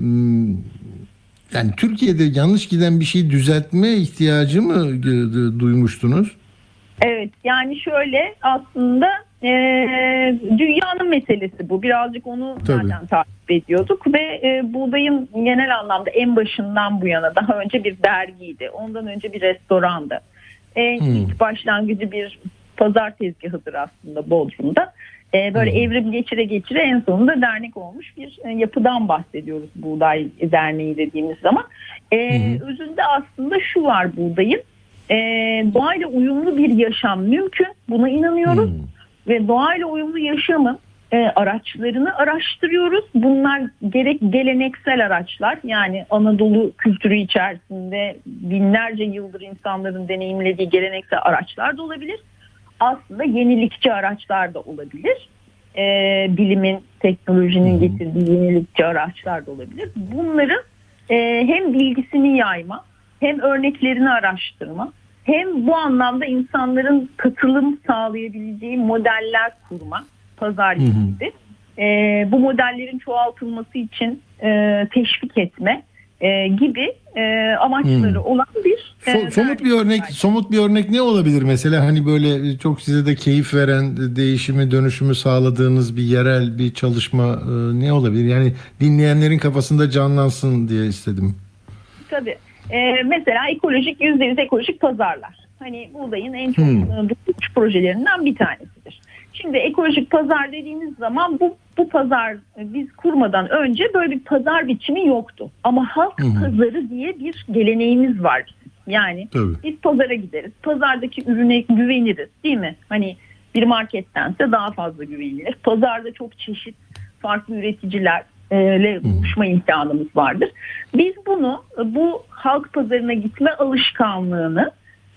yani Türkiye'de yanlış giden bir şeyi düzeltme ihtiyacı mı duymuştunuz? Evet, yani şöyle aslında dünyanın meselesi bu. Birazcık onu zaten takip ediyorduk ve buğdayın genel anlamda en başından bu yana, daha önce bir dergiydi. Ondan önce bir restorandı. İlk başlangıcı bir pazar tezgahıdır aslında Bodrum'da. Böyle evrim geçire en sonunda dernek olmuş bir yapıdan bahsediyoruz Buğday Derneği dediğimiz zaman. Özünde aslında şu var buğdayın. Doğayla uyumlu bir yaşam mümkün. Buna inanıyoruz. Ve doğayla uyumlu yaşamın araçlarını araştırıyoruz. Bunlar gerek geleneksel araçlar, yani Anadolu kültürü içerisinde binlerce yıldır insanların deneyimlediği geleneksel araçlar da olabilir. Aslında yenilikçi araçlar da olabilir. Bilimin, teknolojinin getirdiği yenilikçi araçlar da olabilir. Bunların hem bilgisini yayma, hem örneklerini araştırma, hem bu anlamda insanların katılım sağlayabileceği modeller kurma, pazar gibi. Bu modellerin çoğaltılması için teşvik etme gibi amaçları olan bir somut bir örnek ne olabilir mesela, hani böyle çok size de keyif veren, değişimi, dönüşümü sağladığınız bir yerel bir çalışma ne olabilir? Yani dinleyenlerin kafasında canlansın diye istedim. Tabii. Mesela %100 ekolojik pazarlar. Hani buğdayın en çok duyulmuş projelerinden bir tanesidir. Şimdi ekolojik pazar dediğimiz zaman bu pazar biz kurmadan önce böyle bir pazar biçimi yoktu. Ama halk pazarı diye bir geleneğimiz var. Yani biz pazara gideriz. Pazardaki ürüne güveniriz, değil mi? Hani bir markettense daha fazla güvenilir. Pazarda çok çeşit farklı üreticilerle buluşma imkanımız vardır. Biz bu halk pazarına gitme alışkanlığını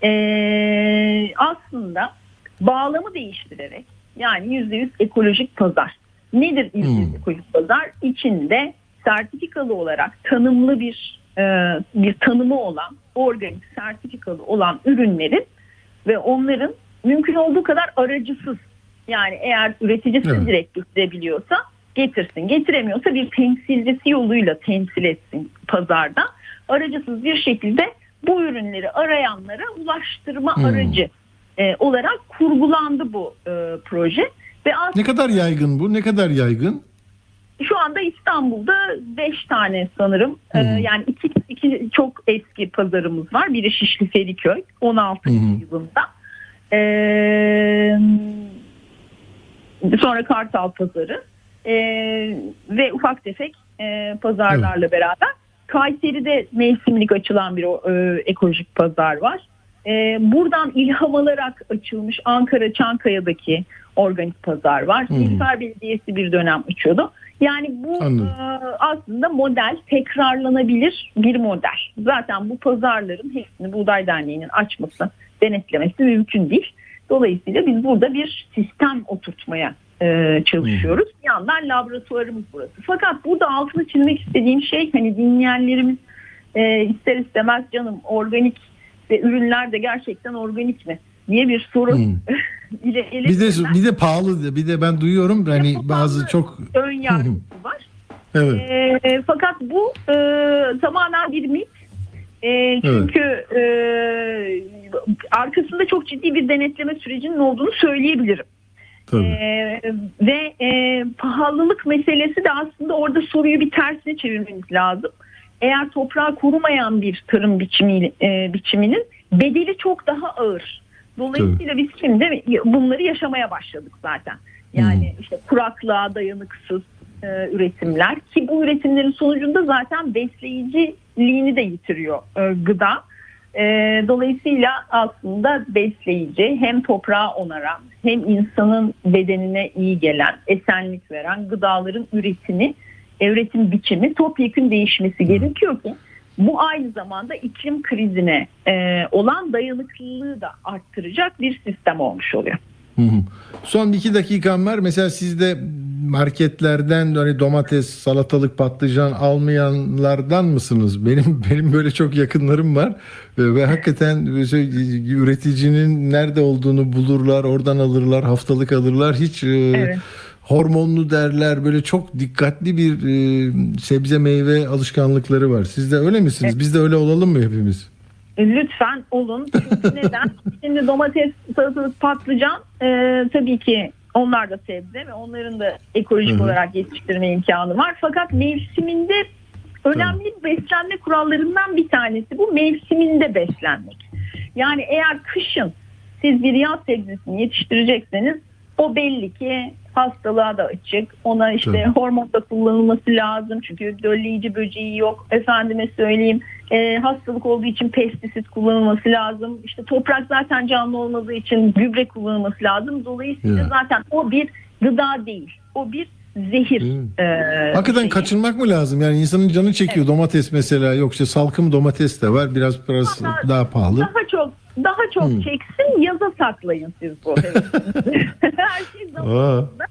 aslında bağlamı değiştirerek, yani %100 ekolojik pazar. Nedir %100 ekolojik pazar? İçinde sertifikalı olarak tanımlı bir tanımı olan, organik sertifikalı olan ürünlerin ve onların mümkün olduğu kadar aracısız, yani eğer üreticisi direkt getirebiliyorsa getirsin, getiremiyorsa bir temsilcisi yoluyla temsil etsin pazarda, aracısız bir şekilde bu ürünleri arayanlara ulaştırma aracı olarak kurgulandı bu proje. Ve ne kadar yaygın bu? Ne kadar yaygın? Şu anda İstanbul'da 5 tane sanırım. Yani iki çok eski pazarımız var. Biri Şişli Feriköy 16. yılında. Sonra Kartal Pazarı ve ufak tefek pazarlarla beraber. Kayseri'de mevsimlik açılan bir ekolojik pazar var. Buradan ilham alarak açılmış Ankara Çankaya'daki organik pazar var. İlfer Belediyesi bir dönem açıyordu. Yani bu aslında model, tekrarlanabilir bir model. Zaten bu pazarların hepsini Buğday Derneği'nin açması, denetlemesi mümkün değil. Dolayısıyla biz burada bir sistem oturtmaya çalışıyoruz. Bir yandan laboratuvarımız burası. Fakat burada altını çizmek istediğim şey, hani dinleyenlerimiz ister istemez canım organik ve ürünler de gerçekten organik mi diye bir sorun ile bir de pahalı, bir de ben duyuyorum hani bazı çok ön yargısı var. Evet. Fakat bu tamamen bir mit. Çünkü arkasında çok ciddi bir denetleme sürecinin olduğunu söyleyebilirim. Ve pahalılık meselesi de aslında orada soruyu bir tersine çevirmemiz lazım. Eğer toprağı korumayan bir tarım biçiminin bedeli çok daha ağır. Dolayısıyla biz şimdi bunları yaşamaya başladık zaten. Yani işte kuraklığa dayanıksız üretimler, ki bu üretimlerin sonucunda zaten besleyiciliğini de yitiriyor gıda. Dolayısıyla aslında besleyici, hem toprağı onaran hem insanın bedenine iyi gelen, esenlik veren gıdaların üretim biçimi topyekün değişmesi gerekiyor ki bu aynı zamanda iklim krizine olan dayanıklılığı da arttıracak bir sistem olmuş oluyor. Son 2 dakikam var. Mesela siz de marketlerden hani domates, salatalık, patlıcan almayanlardan mısınız? Benim böyle çok yakınlarım var ve hakikaten üreticinin nerede olduğunu bulurlar, oradan alırlar, haftalık alırlar. Hiç hormonlu derler, böyle çok dikkatli bir sebze meyve alışkanlıkları var. Siz de öyle misiniz? Biz de öyle olalım mı hepimiz? Lütfen olun. Çünkü neden? Şimdi domates, salatalık, patlıcan tabii ki onlar da sebze ve onların da ekolojik olarak yetiştirme imkanı var. Fakat mevsiminde önemli beslenme kurallarından bir tanesi bu, mevsiminde beslenmek. Yani eğer kışın siz bir yaz sebzesini yetiştirecekseniz o belli ki hastalığa da açık. Ona işte hormon da kullanılması lazım. Çünkü dölleyici böceği yok. Efendime söyleyeyim, hastalık olduğu için pestisit kullanılması lazım. İşte toprak zaten canlı olmadığı için gübre kullanılması lazım. Dolayısıyla zaten o bir gıda değil. O bir zehir. Hakikaten kaçınmak mı lazım? Yani insanın canı çekiyor. Domates mesela, yok işte salkım domates de var. Biraz parası daha pahalı. Daha çok çeksin, yaza saklayın siz bu. Her şey zamanında.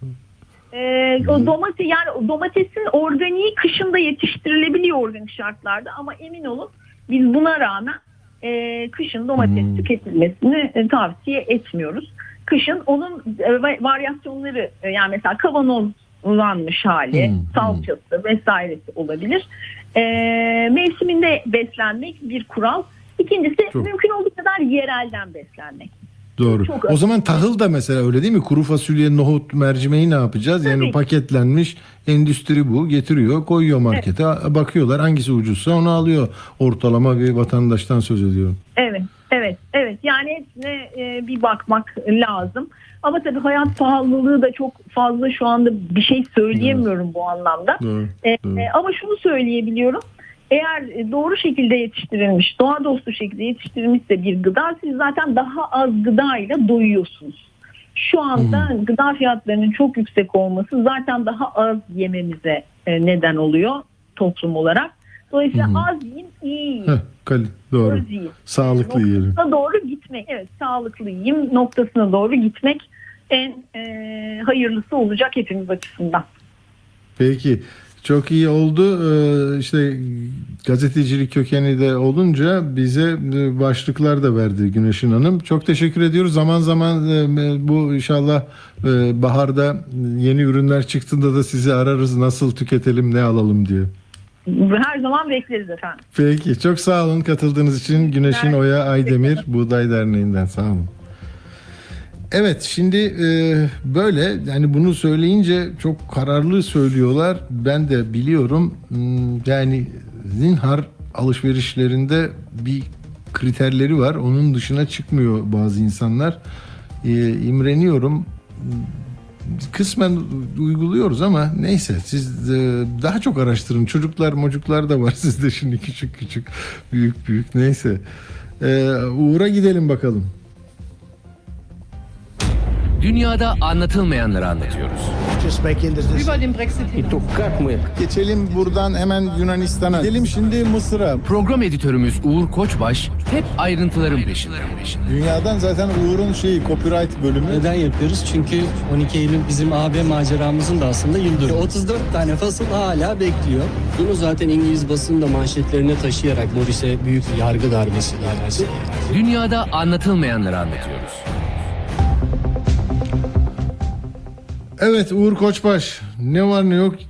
O domatesin organiği kışında yetiştirilebiliyor organik şartlarda, ama emin olun biz buna rağmen kışın domates tüketilmesini tavsiye etmiyoruz. Kışın onun varyasyonları, yani mesela kavanozlanmış hali, salçası vesairesi olabilir. Mevsiminde beslenmek bir kural. İkincisi mümkün olduğu kadar yerelden beslenmek. Doğru. O zaman tahıl da mesela öyle değil mi? Kuru fasulye, nohut, mercimeği ne yapacağız? Yani o paketlenmiş endüstri bu. Getiriyor, koyuyor markete. Bakıyorlar hangisi ucuzsa onu alıyor. Ortalama bir vatandaştan söz ediyorum. Evet. Yani hepsine bir bakmak lazım. Ama tabii hayat pahalılığı da çok fazla, şu anda bir şey söyleyemiyorum bu anlamda. Doğru. Ama şunu söyleyebiliyorum. Eğer doğru şekilde yetiştirilmiş, doğa dostu şekilde yetiştirilmişse bir gıda, siz zaten daha az gıdayla doyuyorsunuz. Şu anda gıda fiyatlarının çok yüksek olması zaten daha az yememize neden oluyor toplum olarak. Dolayısıyla az yiyin, iyi yiyin. Doğru. Sağlıklı yiyelim. Noktasına doğru gitmek. Evet, sağlıklı yiyeyim noktasına doğru gitmek en hayırlısı olacak hepimiz açısından. Peki. Çok iyi oldu. İşte gazetecilik kökeni de olunca bize başlıklar da verdi Güneşin Hanım. Çok teşekkür ediyoruz. Zaman zaman bu inşallah baharda yeni ürünler çıktığında da sizi ararız. Nasıl tüketelim, ne alalım diye. Her zaman bekleriz efendim. Peki. Çok sağ olun katıldığınız için. Güneşin Oya Aydemir, Buğday Derneği'nden sağ olun. Evet, şimdi böyle yani bunu söyleyince çok kararlı söylüyorlar. Ben de biliyorum. Yani zinhar alışverişlerinde bir kriterleri var. Onun dışına çıkmıyor bazı insanlar. İmreniyorum. Kısmen uyguluyoruz ama neyse, siz daha çok araştırın. Çocuklar da var sizde şimdi, küçük büyük neyse. Uğur'a gidelim bakalım. Dünyada anlatılmayanları anlatıyoruz. Geçelim buradan hemen Yunanistan'a. Gidelim şimdi Mısır'a. Program editörümüz Uğur Koçbaş hep ayrıntıların peşinde. Dünyadan zaten Uğur'un copyright bölümü. Neden yapıyoruz? Çünkü 12 Eylül bizim AB maceramızın da aslında yıl dönümü. 34 tane fasıl hala bekliyor. Bunu zaten İngiliz basını da manşetlerine taşıyarak Boris'e büyük yargı darbesi verdi. Dünyada anlatılmayanları anlatıyoruz. Evet Uğur Koçbaş, ne var ne yok.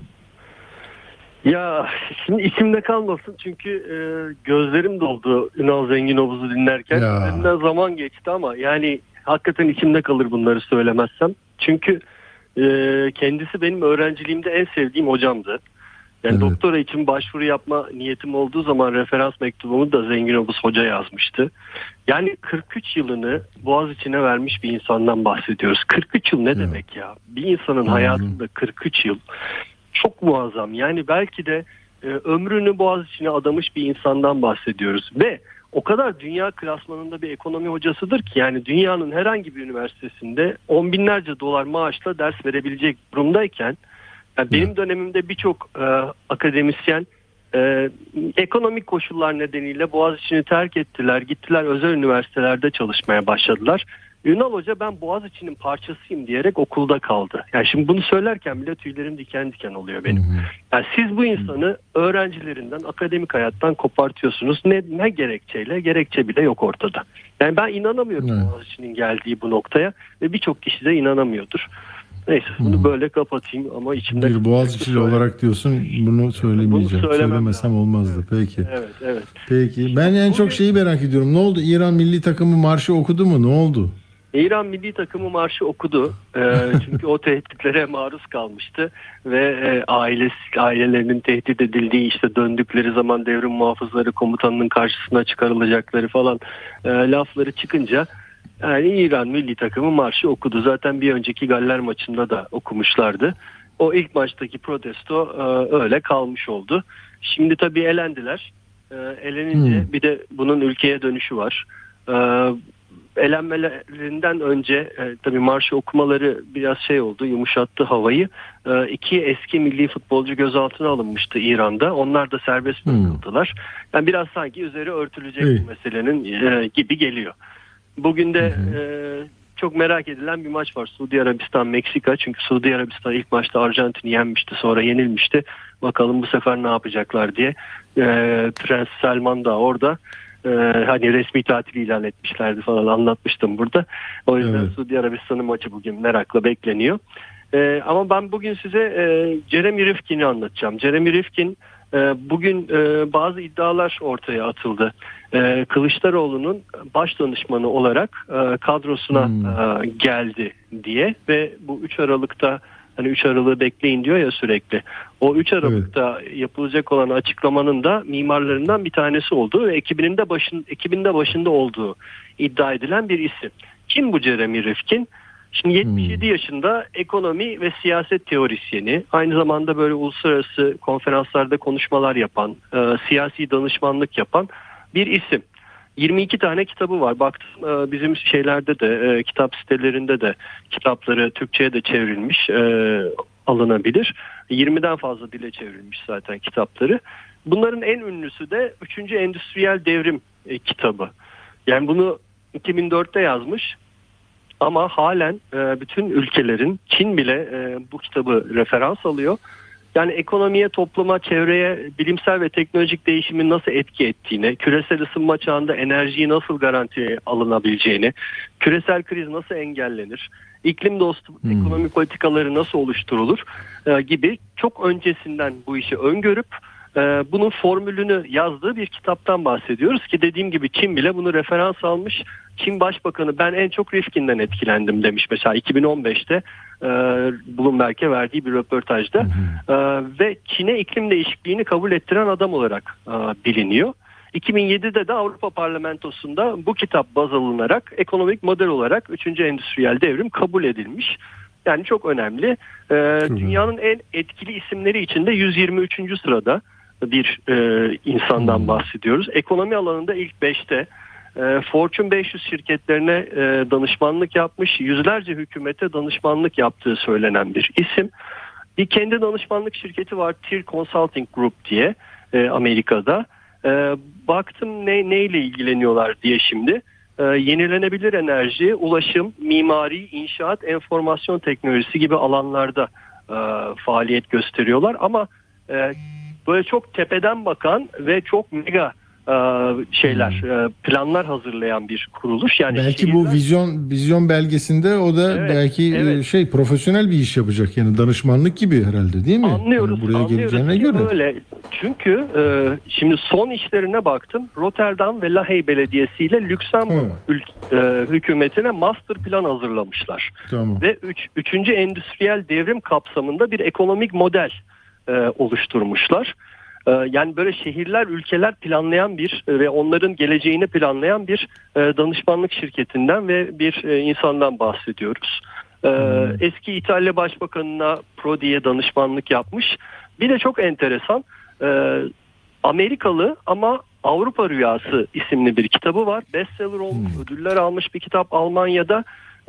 Ya şimdi içimde kalmasın çünkü gözlerim doldu Ünal Zenginovuz'u dinlerken. Üzerinden zaman geçti ama yani hakikaten içimde kalır bunları söylemezsem. Çünkü kendisi benim öğrenciliğimde en sevdiğim hocamdı. Yani doktora için başvuru yapma niyetim olduğu zaman referans mektubumu da Zenginovuz Hoca yazmıştı. Yani 43 yılını Boğaziçi'ne vermiş bir insandan bahsediyoruz. 43 yıl ne demek ya? Bir insanın hayatında 43 yıl çok muazzam. Yani belki de ömrünü Boğaziçi'ne adamış bir insandan bahsediyoruz. Ve o kadar dünya klasmanında bir ekonomi hocasıdır ki yani dünyanın herhangi bir üniversitesinde on binlerce dolar maaşla ders verebilecek durumdayken yani benim dönemimde birçok akademisyen ekonomik koşullar nedeniyle Boğaziçi'ni terk ettiler. Gittiler özel üniversitelerde çalışmaya başladılar. Ünal Hoca ben Boğaziçi'nin parçasıyım diyerek okulda kaldı. Yani şimdi bunu söylerken bile tüylerim diken diken oluyor benim. Yani siz bu insanı öğrencilerinden, akademik hayattan kopartıyorsunuz. Ne gerekçeyle? Gerekçe bile yok ortada. Yani ben inanamıyorum Boğaziçi'nin geldiği bu noktaya ve birçok kişi de inanamıyordur. Neyse bunu böyle kapatayım ama içimde... Bir Boğaziçi'li olarak diyorsun, bunu söylemeyeceğim. Söylemesem olmazdı. Peki. Evet. Peki. Ben en çok şeyi merak ediyorum. Ne oldu? İran milli takımı marşı okudu mu? Ne oldu? İran milli takımı marşı okudu. Çünkü o tehditlere maruz kalmıştı ve ailelerinin tehdit edildiği, işte döndükleri zaman devrim muhafızları komutanının karşısına çıkarılacakları falan lafları çıkınca yani İran milli takımı marşı okudu. Zaten bir önceki Galler maçında da okumuşlardı. O ilk maçtaki protesto öyle kalmış oldu. Şimdi tabii elendiler. Elenince bir de bunun ülkeye dönüşü var. Elenmelerinden önce tabii marşı okumaları biraz oldu, yumuşattı havayı. 2 eski milli futbolcu gözaltına alınmıştı İran'da. Onlar da serbest bırakıldılar. Yani biraz sanki üzeri örtülecek bu meselenin gibi geliyor. Bugün de çok merak edilen bir maç var. Suudi Arabistan-Meksika. Çünkü Suudi Arabistan ilk maçta Arjantin'i yenmişti. Sonra yenilmişti. Bakalım bu sefer ne yapacaklar diye. Prens Selman da orada. Hani resmi tatil ilan etmişlerdi falan, anlatmıştım burada. O yüzden Suudi Arabistan'ın maçı bugün merakla bekleniyor. Ama ben bugün size Jeremy Rifkin'i anlatacağım. Jeremy Rifkin bugün bazı iddialar ortaya atıldı. Kılıçdaroğlu'nun baş danışmanı olarak kadrosuna geldi diye ve bu 3 Aralık'ta hani 3 Aralık'ı bekleyin diyor ya sürekli. O 3 Aralık'ta yapılacak olan açıklamanın da mimarlarından bir tanesi olduğu ve ekibinde başında olduğu iddia edilen bir isim. Kim bu Jeremy Rifkin? Şimdi 77 yaşında, ekonomi ve siyaset teorisyeni, aynı zamanda böyle uluslararası konferanslarda konuşmalar yapan, siyasi danışmanlık yapan bir isim. 22 tane kitabı var. Baktım bizim şeylerde de, kitap sitelerinde de kitapları Türkçe'ye de çevrilmiş, alınabilir. 20'den fazla dile çevrilmiş zaten kitapları. Bunların en ünlüsü de 3. Endüstriyel Devrim kitabı. Yani bunu 2004'te yazmış. Ama halen bütün ülkelerin, Çin bile bu kitabı referans alıyor. Yani ekonomiye, topluma, çevreye, bilimsel ve teknolojik değişimin nasıl etki ettiğini, küresel ısınma çağında enerjiyi nasıl garantiye alınabileceğini, küresel kriz nasıl engellenir, iklim dostu ekonomi politikaları nasıl oluşturulur gibi çok öncesinden bu işi öngörüp bunun formülünü yazdığı bir kitaptan bahsediyoruz ki dediğim gibi Çin bile bunu referans almış. Çin Başbakanı ben en çok Rifkin'den etkilendim demiş mesela 2015'te Bloomberg'e verdiği bir röportajda. Ve Çin'e iklim değişikliğini kabul ettiren adam olarak biliniyor. 2007'de de Avrupa Parlamentosu'nda bu kitap baz alınarak ekonomik model olarak 3. Endüstriyel Devrim kabul edilmiş. Yani çok önemli. Dünyanın en etkili isimleri içinde 123. sırada bir insandan bahsediyoruz. Ekonomi alanında ilk 5'te. Fortune 500 şirketlerine danışmanlık yapmış, yüzlerce hükümete danışmanlık yaptığı söylenen bir isim. Bir kendi danışmanlık şirketi var, Tier Consulting Group diye Amerika'da. Baktım neyle ilgileniyorlar diye şimdi. Yenilenebilir enerji, ulaşım, mimari, inşaat, enformasyon teknolojisi gibi alanlarda faaliyet gösteriyorlar. Ama böyle çok tepeden bakan ve çok mega planlar hazırlayan bir kuruluş. Yani belki bu vizyon belgesinde o da belki profesyonel bir iş yapacak, yani danışmanlık gibi herhalde, değil mi? Anlıyoruz. Yani buraya geleceğine göre. Öyle. Çünkü şimdi son işlerine baktım. Rotterdam ve Lahey Belediyesi ile Lüksemburg hükümetine master plan hazırlamışlar. Tamam. Ve 3. Endüstriyel Devrim kapsamında bir ekonomik model oluşturmuşlar. Yani böyle şehirler, ülkeler planlayan bir ve onların geleceğini planlayan bir danışmanlık şirketinden ve bir insandan bahsediyoruz. Eski İtalya Başbakanı'na Prodi'ye danışmanlık yapmış. Bir de çok enteresan, Amerikalı ama Avrupa Rüyası isimli bir kitabı var. Bestseller olmuş, ödüller almış bir kitap Almanya'da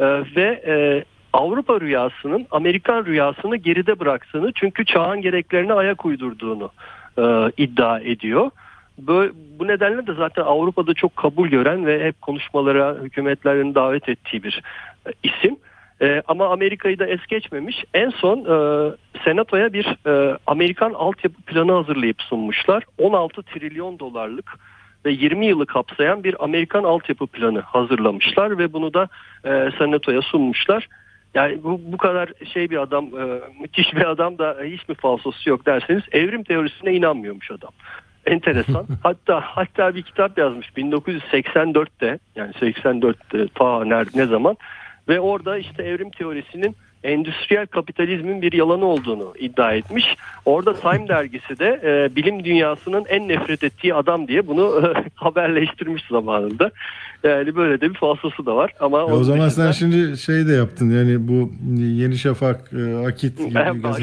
ve Avrupa rüyasının Amerikan rüyasını geride bıraktığını, çünkü çağın gereklerine ayak uydurduğunu iddia ediyor. Bu nedenle de zaten Avrupa'da çok kabul gören ve hep konuşmalara hükümetlerin davet ettiği bir isim. Ama Amerika'yı da es geçmemiş. En son Senato'ya bir Amerikan altyapı planı hazırlayıp sunmuşlar. 16 trilyon dolarlık ve 20 yılı kapsayan bir Amerikan altyapı planı hazırlamışlar ve bunu da Senato'ya sunmuşlar. Yani bu kadar bir adam, müthiş bir adam da hiç mi falsosu yok derseniz, evrim teorisine inanmıyormuş adam. Enteresan. Hatta bir kitap yazmış 1984'te, yani 84'te ta ne zaman, ve orada işte evrim teorisinin endüstriyel kapitalizmin bir yalanı olduğunu iddia etmiş. Orada Time dergisi de bilim dünyasının en nefret ettiği adam diye bunu haberleştirmiş zamanında. Yani böyle de bir falsosu da var. Ama o zaman sen şimdi de yaptın, yani bu Yeni Şafak, Akit gibi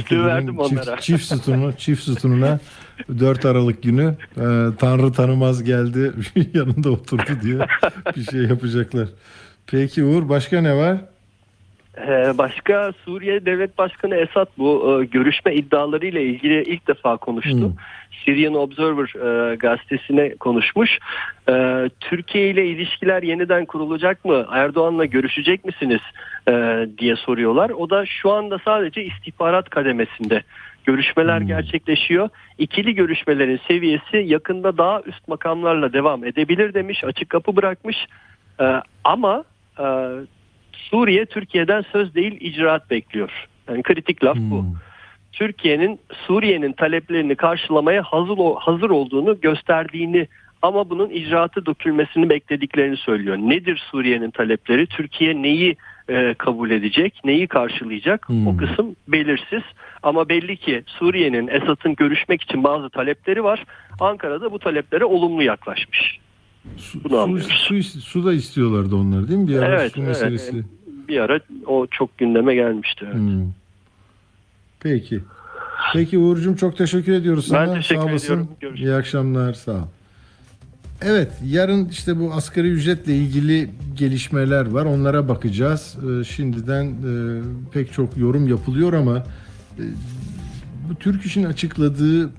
gazetelerin çift sütununa 4 Aralık günü Tanrı tanımaz geldi yanında oturdu diye bir şey yapacaklar. Peki Uğur, başka ne var? Başka, Suriye Devlet Başkanı Esad bu görüşme iddiaları ile ilgili ilk defa konuştu. Syrian Observer gazetesine konuşmuş. Türkiye ile ilişkiler yeniden kurulacak mı? Erdoğan'la görüşecek misiniz? Diye soruyorlar. O da şu anda sadece istihbarat kademesinde görüşmeler gerçekleşiyor. İkili görüşmelerin seviyesi yakında daha üst makamlarla devam edebilir demiş. Açık kapı bırakmış. Ama Suriye Türkiye'den söz değil icraat bekliyor. Yani kritik laf bu. Suriye'nin taleplerini karşılamaya hazır olduğunu gösterdiğini, ama bunun icraatı dökülmesini beklediklerini söylüyor. Nedir Suriye'nin talepleri? Türkiye neyi kabul edecek, neyi karşılayacak? O kısım belirsiz. Ama belli ki Suriye'nin, Esad'ın görüşmek için bazı talepleri var. Ankara'da bu taleplere olumlu yaklaşmış. Su da istiyorlardı onlar, değil mi? Bir ara su meselesi. Evet. Bir ara o çok gündeme gelmişti. Evet. Peki Uğur'cum, çok teşekkür ediyoruz sana. Ben teşekkür ediyorum. İyi akşamlar, sağ ol. Evet, yarın işte bu asgari ücretle ilgili gelişmeler var. onlara bakacağız. Şimdiden pek çok yorum yapılıyor ama bu Türk İş'in açıkladığı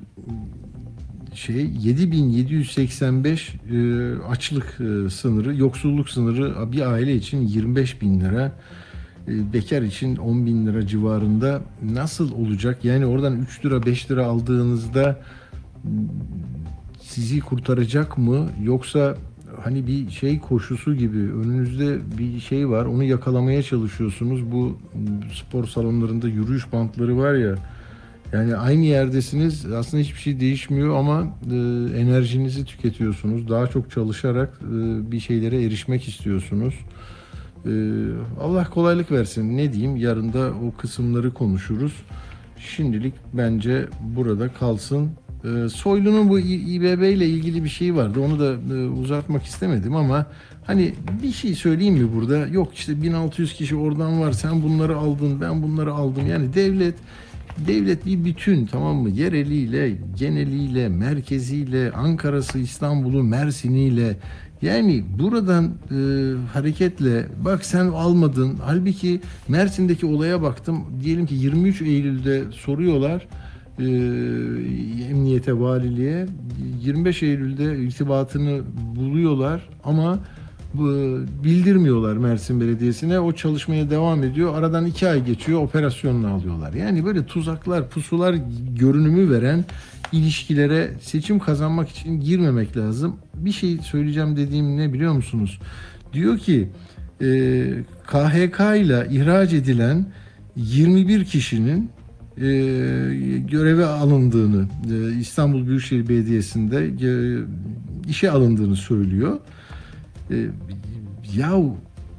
7.785 açlık sınırı, yoksulluk sınırı bir aile için 25.000 lira, bekar için 10.000 lira civarında nasıl olacak? Yani oradan 3 lira 5 lira aldığınızda sizi kurtaracak mı? Yoksa hani bir koşusu gibi önünüzde bir var, onu yakalamaya çalışıyorsunuz. Bu spor salonlarında yürüyüş bantları var ya, Yani aynı yerdesiniz. Aslında hiçbir şey değişmiyor ama enerjinizi tüketiyorsunuz. Daha çok çalışarak bir şeylere erişmek istiyorsunuz. Allah kolaylık versin. Ne diyeyim? Yarın da o kısımları konuşuruz. Şimdilik bence burada kalsın. Soylu'nun bu İBB ile ilgili bir şey vardı. Onu da uzatmak istemedim ama hani bir şey söyleyeyim mi burada? Yok işte 1600 kişi oradan var. Sen bunları aldın, ben bunları aldım. Yani devlet bir bütün, tamam mı? Yereliyle, geneliyle, merkeziyle, Ankara'sı, İstanbul'u, Mersin'iyle. Yani buradan hareketle bak sen almadın. Halbuki Mersin'deki olaya baktım. Diyelim ki 23 Eylül'de soruyorlar emniyete, valiliğe. 25 Eylül'de irtibatını buluyorlar ama bildirmiyorlar Mersin Belediyesi'ne. O çalışmaya devam ediyor. Aradan 2 ay geçiyor. Operasyonunu alıyorlar. Yani böyle tuzaklar, pusular görünümü veren ilişkilere seçim kazanmak için girmemek lazım. Bir şey söyleyeceğim dediğim ne biliyor musunuz? Diyor ki KHK ile ihraç edilen 21 kişinin göreve alındığını, İstanbul Büyükşehir Belediyesi'nde işe alındığını söylüyor. Yahu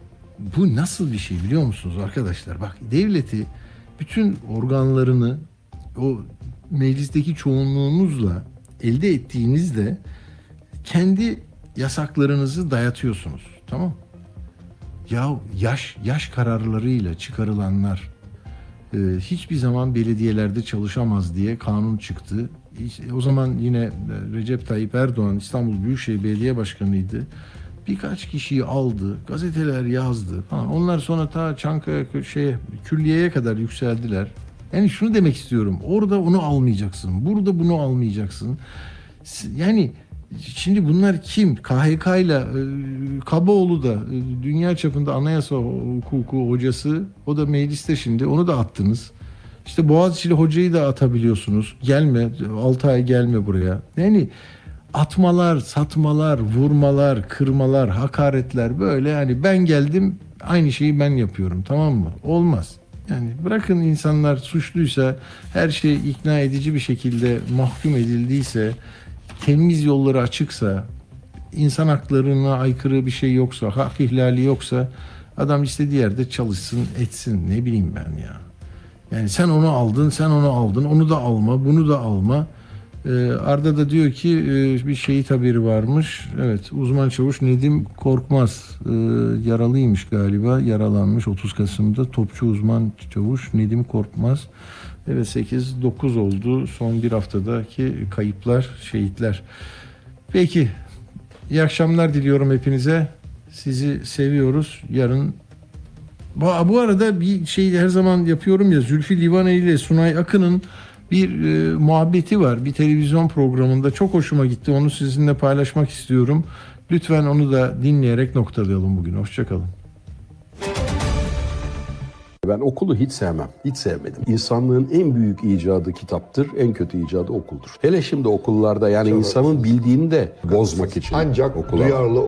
bu nasıl bir şey biliyor musunuz arkadaşlar? Bak, devleti, bütün organlarını o meclisteki çoğunluğunuzla elde ettiğinizde kendi yasaklarınızı dayatıyorsunuz. Tamam? Ya yaş kararlarıyla çıkarılanlar hiçbir zaman belediyelerde çalışamaz diye kanun çıktı. O zaman yine Recep Tayyip Erdoğan İstanbul Büyükşehir Belediye Başkanı'ydı. Birkaç kişiyi aldı, gazeteler yazdı falan. Onlar sonra ta Çankaya külliyeye kadar yükseldiler. Yani şunu demek istiyorum. Orada onu almayacaksın. Burada bunu almayacaksın. Yani şimdi bunlar kim? KHK ile Kaboğlu da dünya çapında anayasa hukuku hocası. O da mecliste şimdi. Onu da attınız. İşte Boğaziçi'li hocayı da atabiliyorsunuz. Gelme. 6 ay gelme buraya. Yani atmalar, satmalar, vurmalar, kırmalar, hakaretler böyle. Hani ben geldim, aynı şeyi ben yapıyorum. Tamam mı? Olmaz. Yani bırakın, insanlar suçluysa, her şey ikna edici bir şekilde mahkum edildiyse, temiz yolları açıksa, insan haklarına aykırı bir şey yoksa, hak ihlali yoksa adam istediği yerde çalışsın, etsin. Ne bileyim ben ya. Yani sen onu aldın, onu da alma, bunu da alma. Arda da diyor ki bir şehit haberi varmış. Evet, uzman çavuş Nedim Korkmaz yaralıymış galiba. Yaralanmış 30 Kasım'da. Topçu uzman çavuş Nedim Korkmaz. Evet, 8-9 oldu son bir haftadaki kayıplar, şehitler. Peki, iyi akşamlar diliyorum hepinize. Sizi seviyoruz. Yarın bu arada bir şey her zaman yapıyorum ya, Zülfü Livaneli ile Sunay Akın'ın bir muhabbeti var. Bir televizyon programında. Çok hoşuma gitti. Onu sizinle paylaşmak istiyorum. Lütfen onu da dinleyerek noktalayalım bugün. Hoşçakalın. Ben okulu hiç sevmem. Hiç sevmedim. İnsanlığın en büyük icadı kitaptır. En kötü icadı okuldur. Hele şimdi okullarda yani insanın bildiğini de bozmak için. Ancak okula duyarlı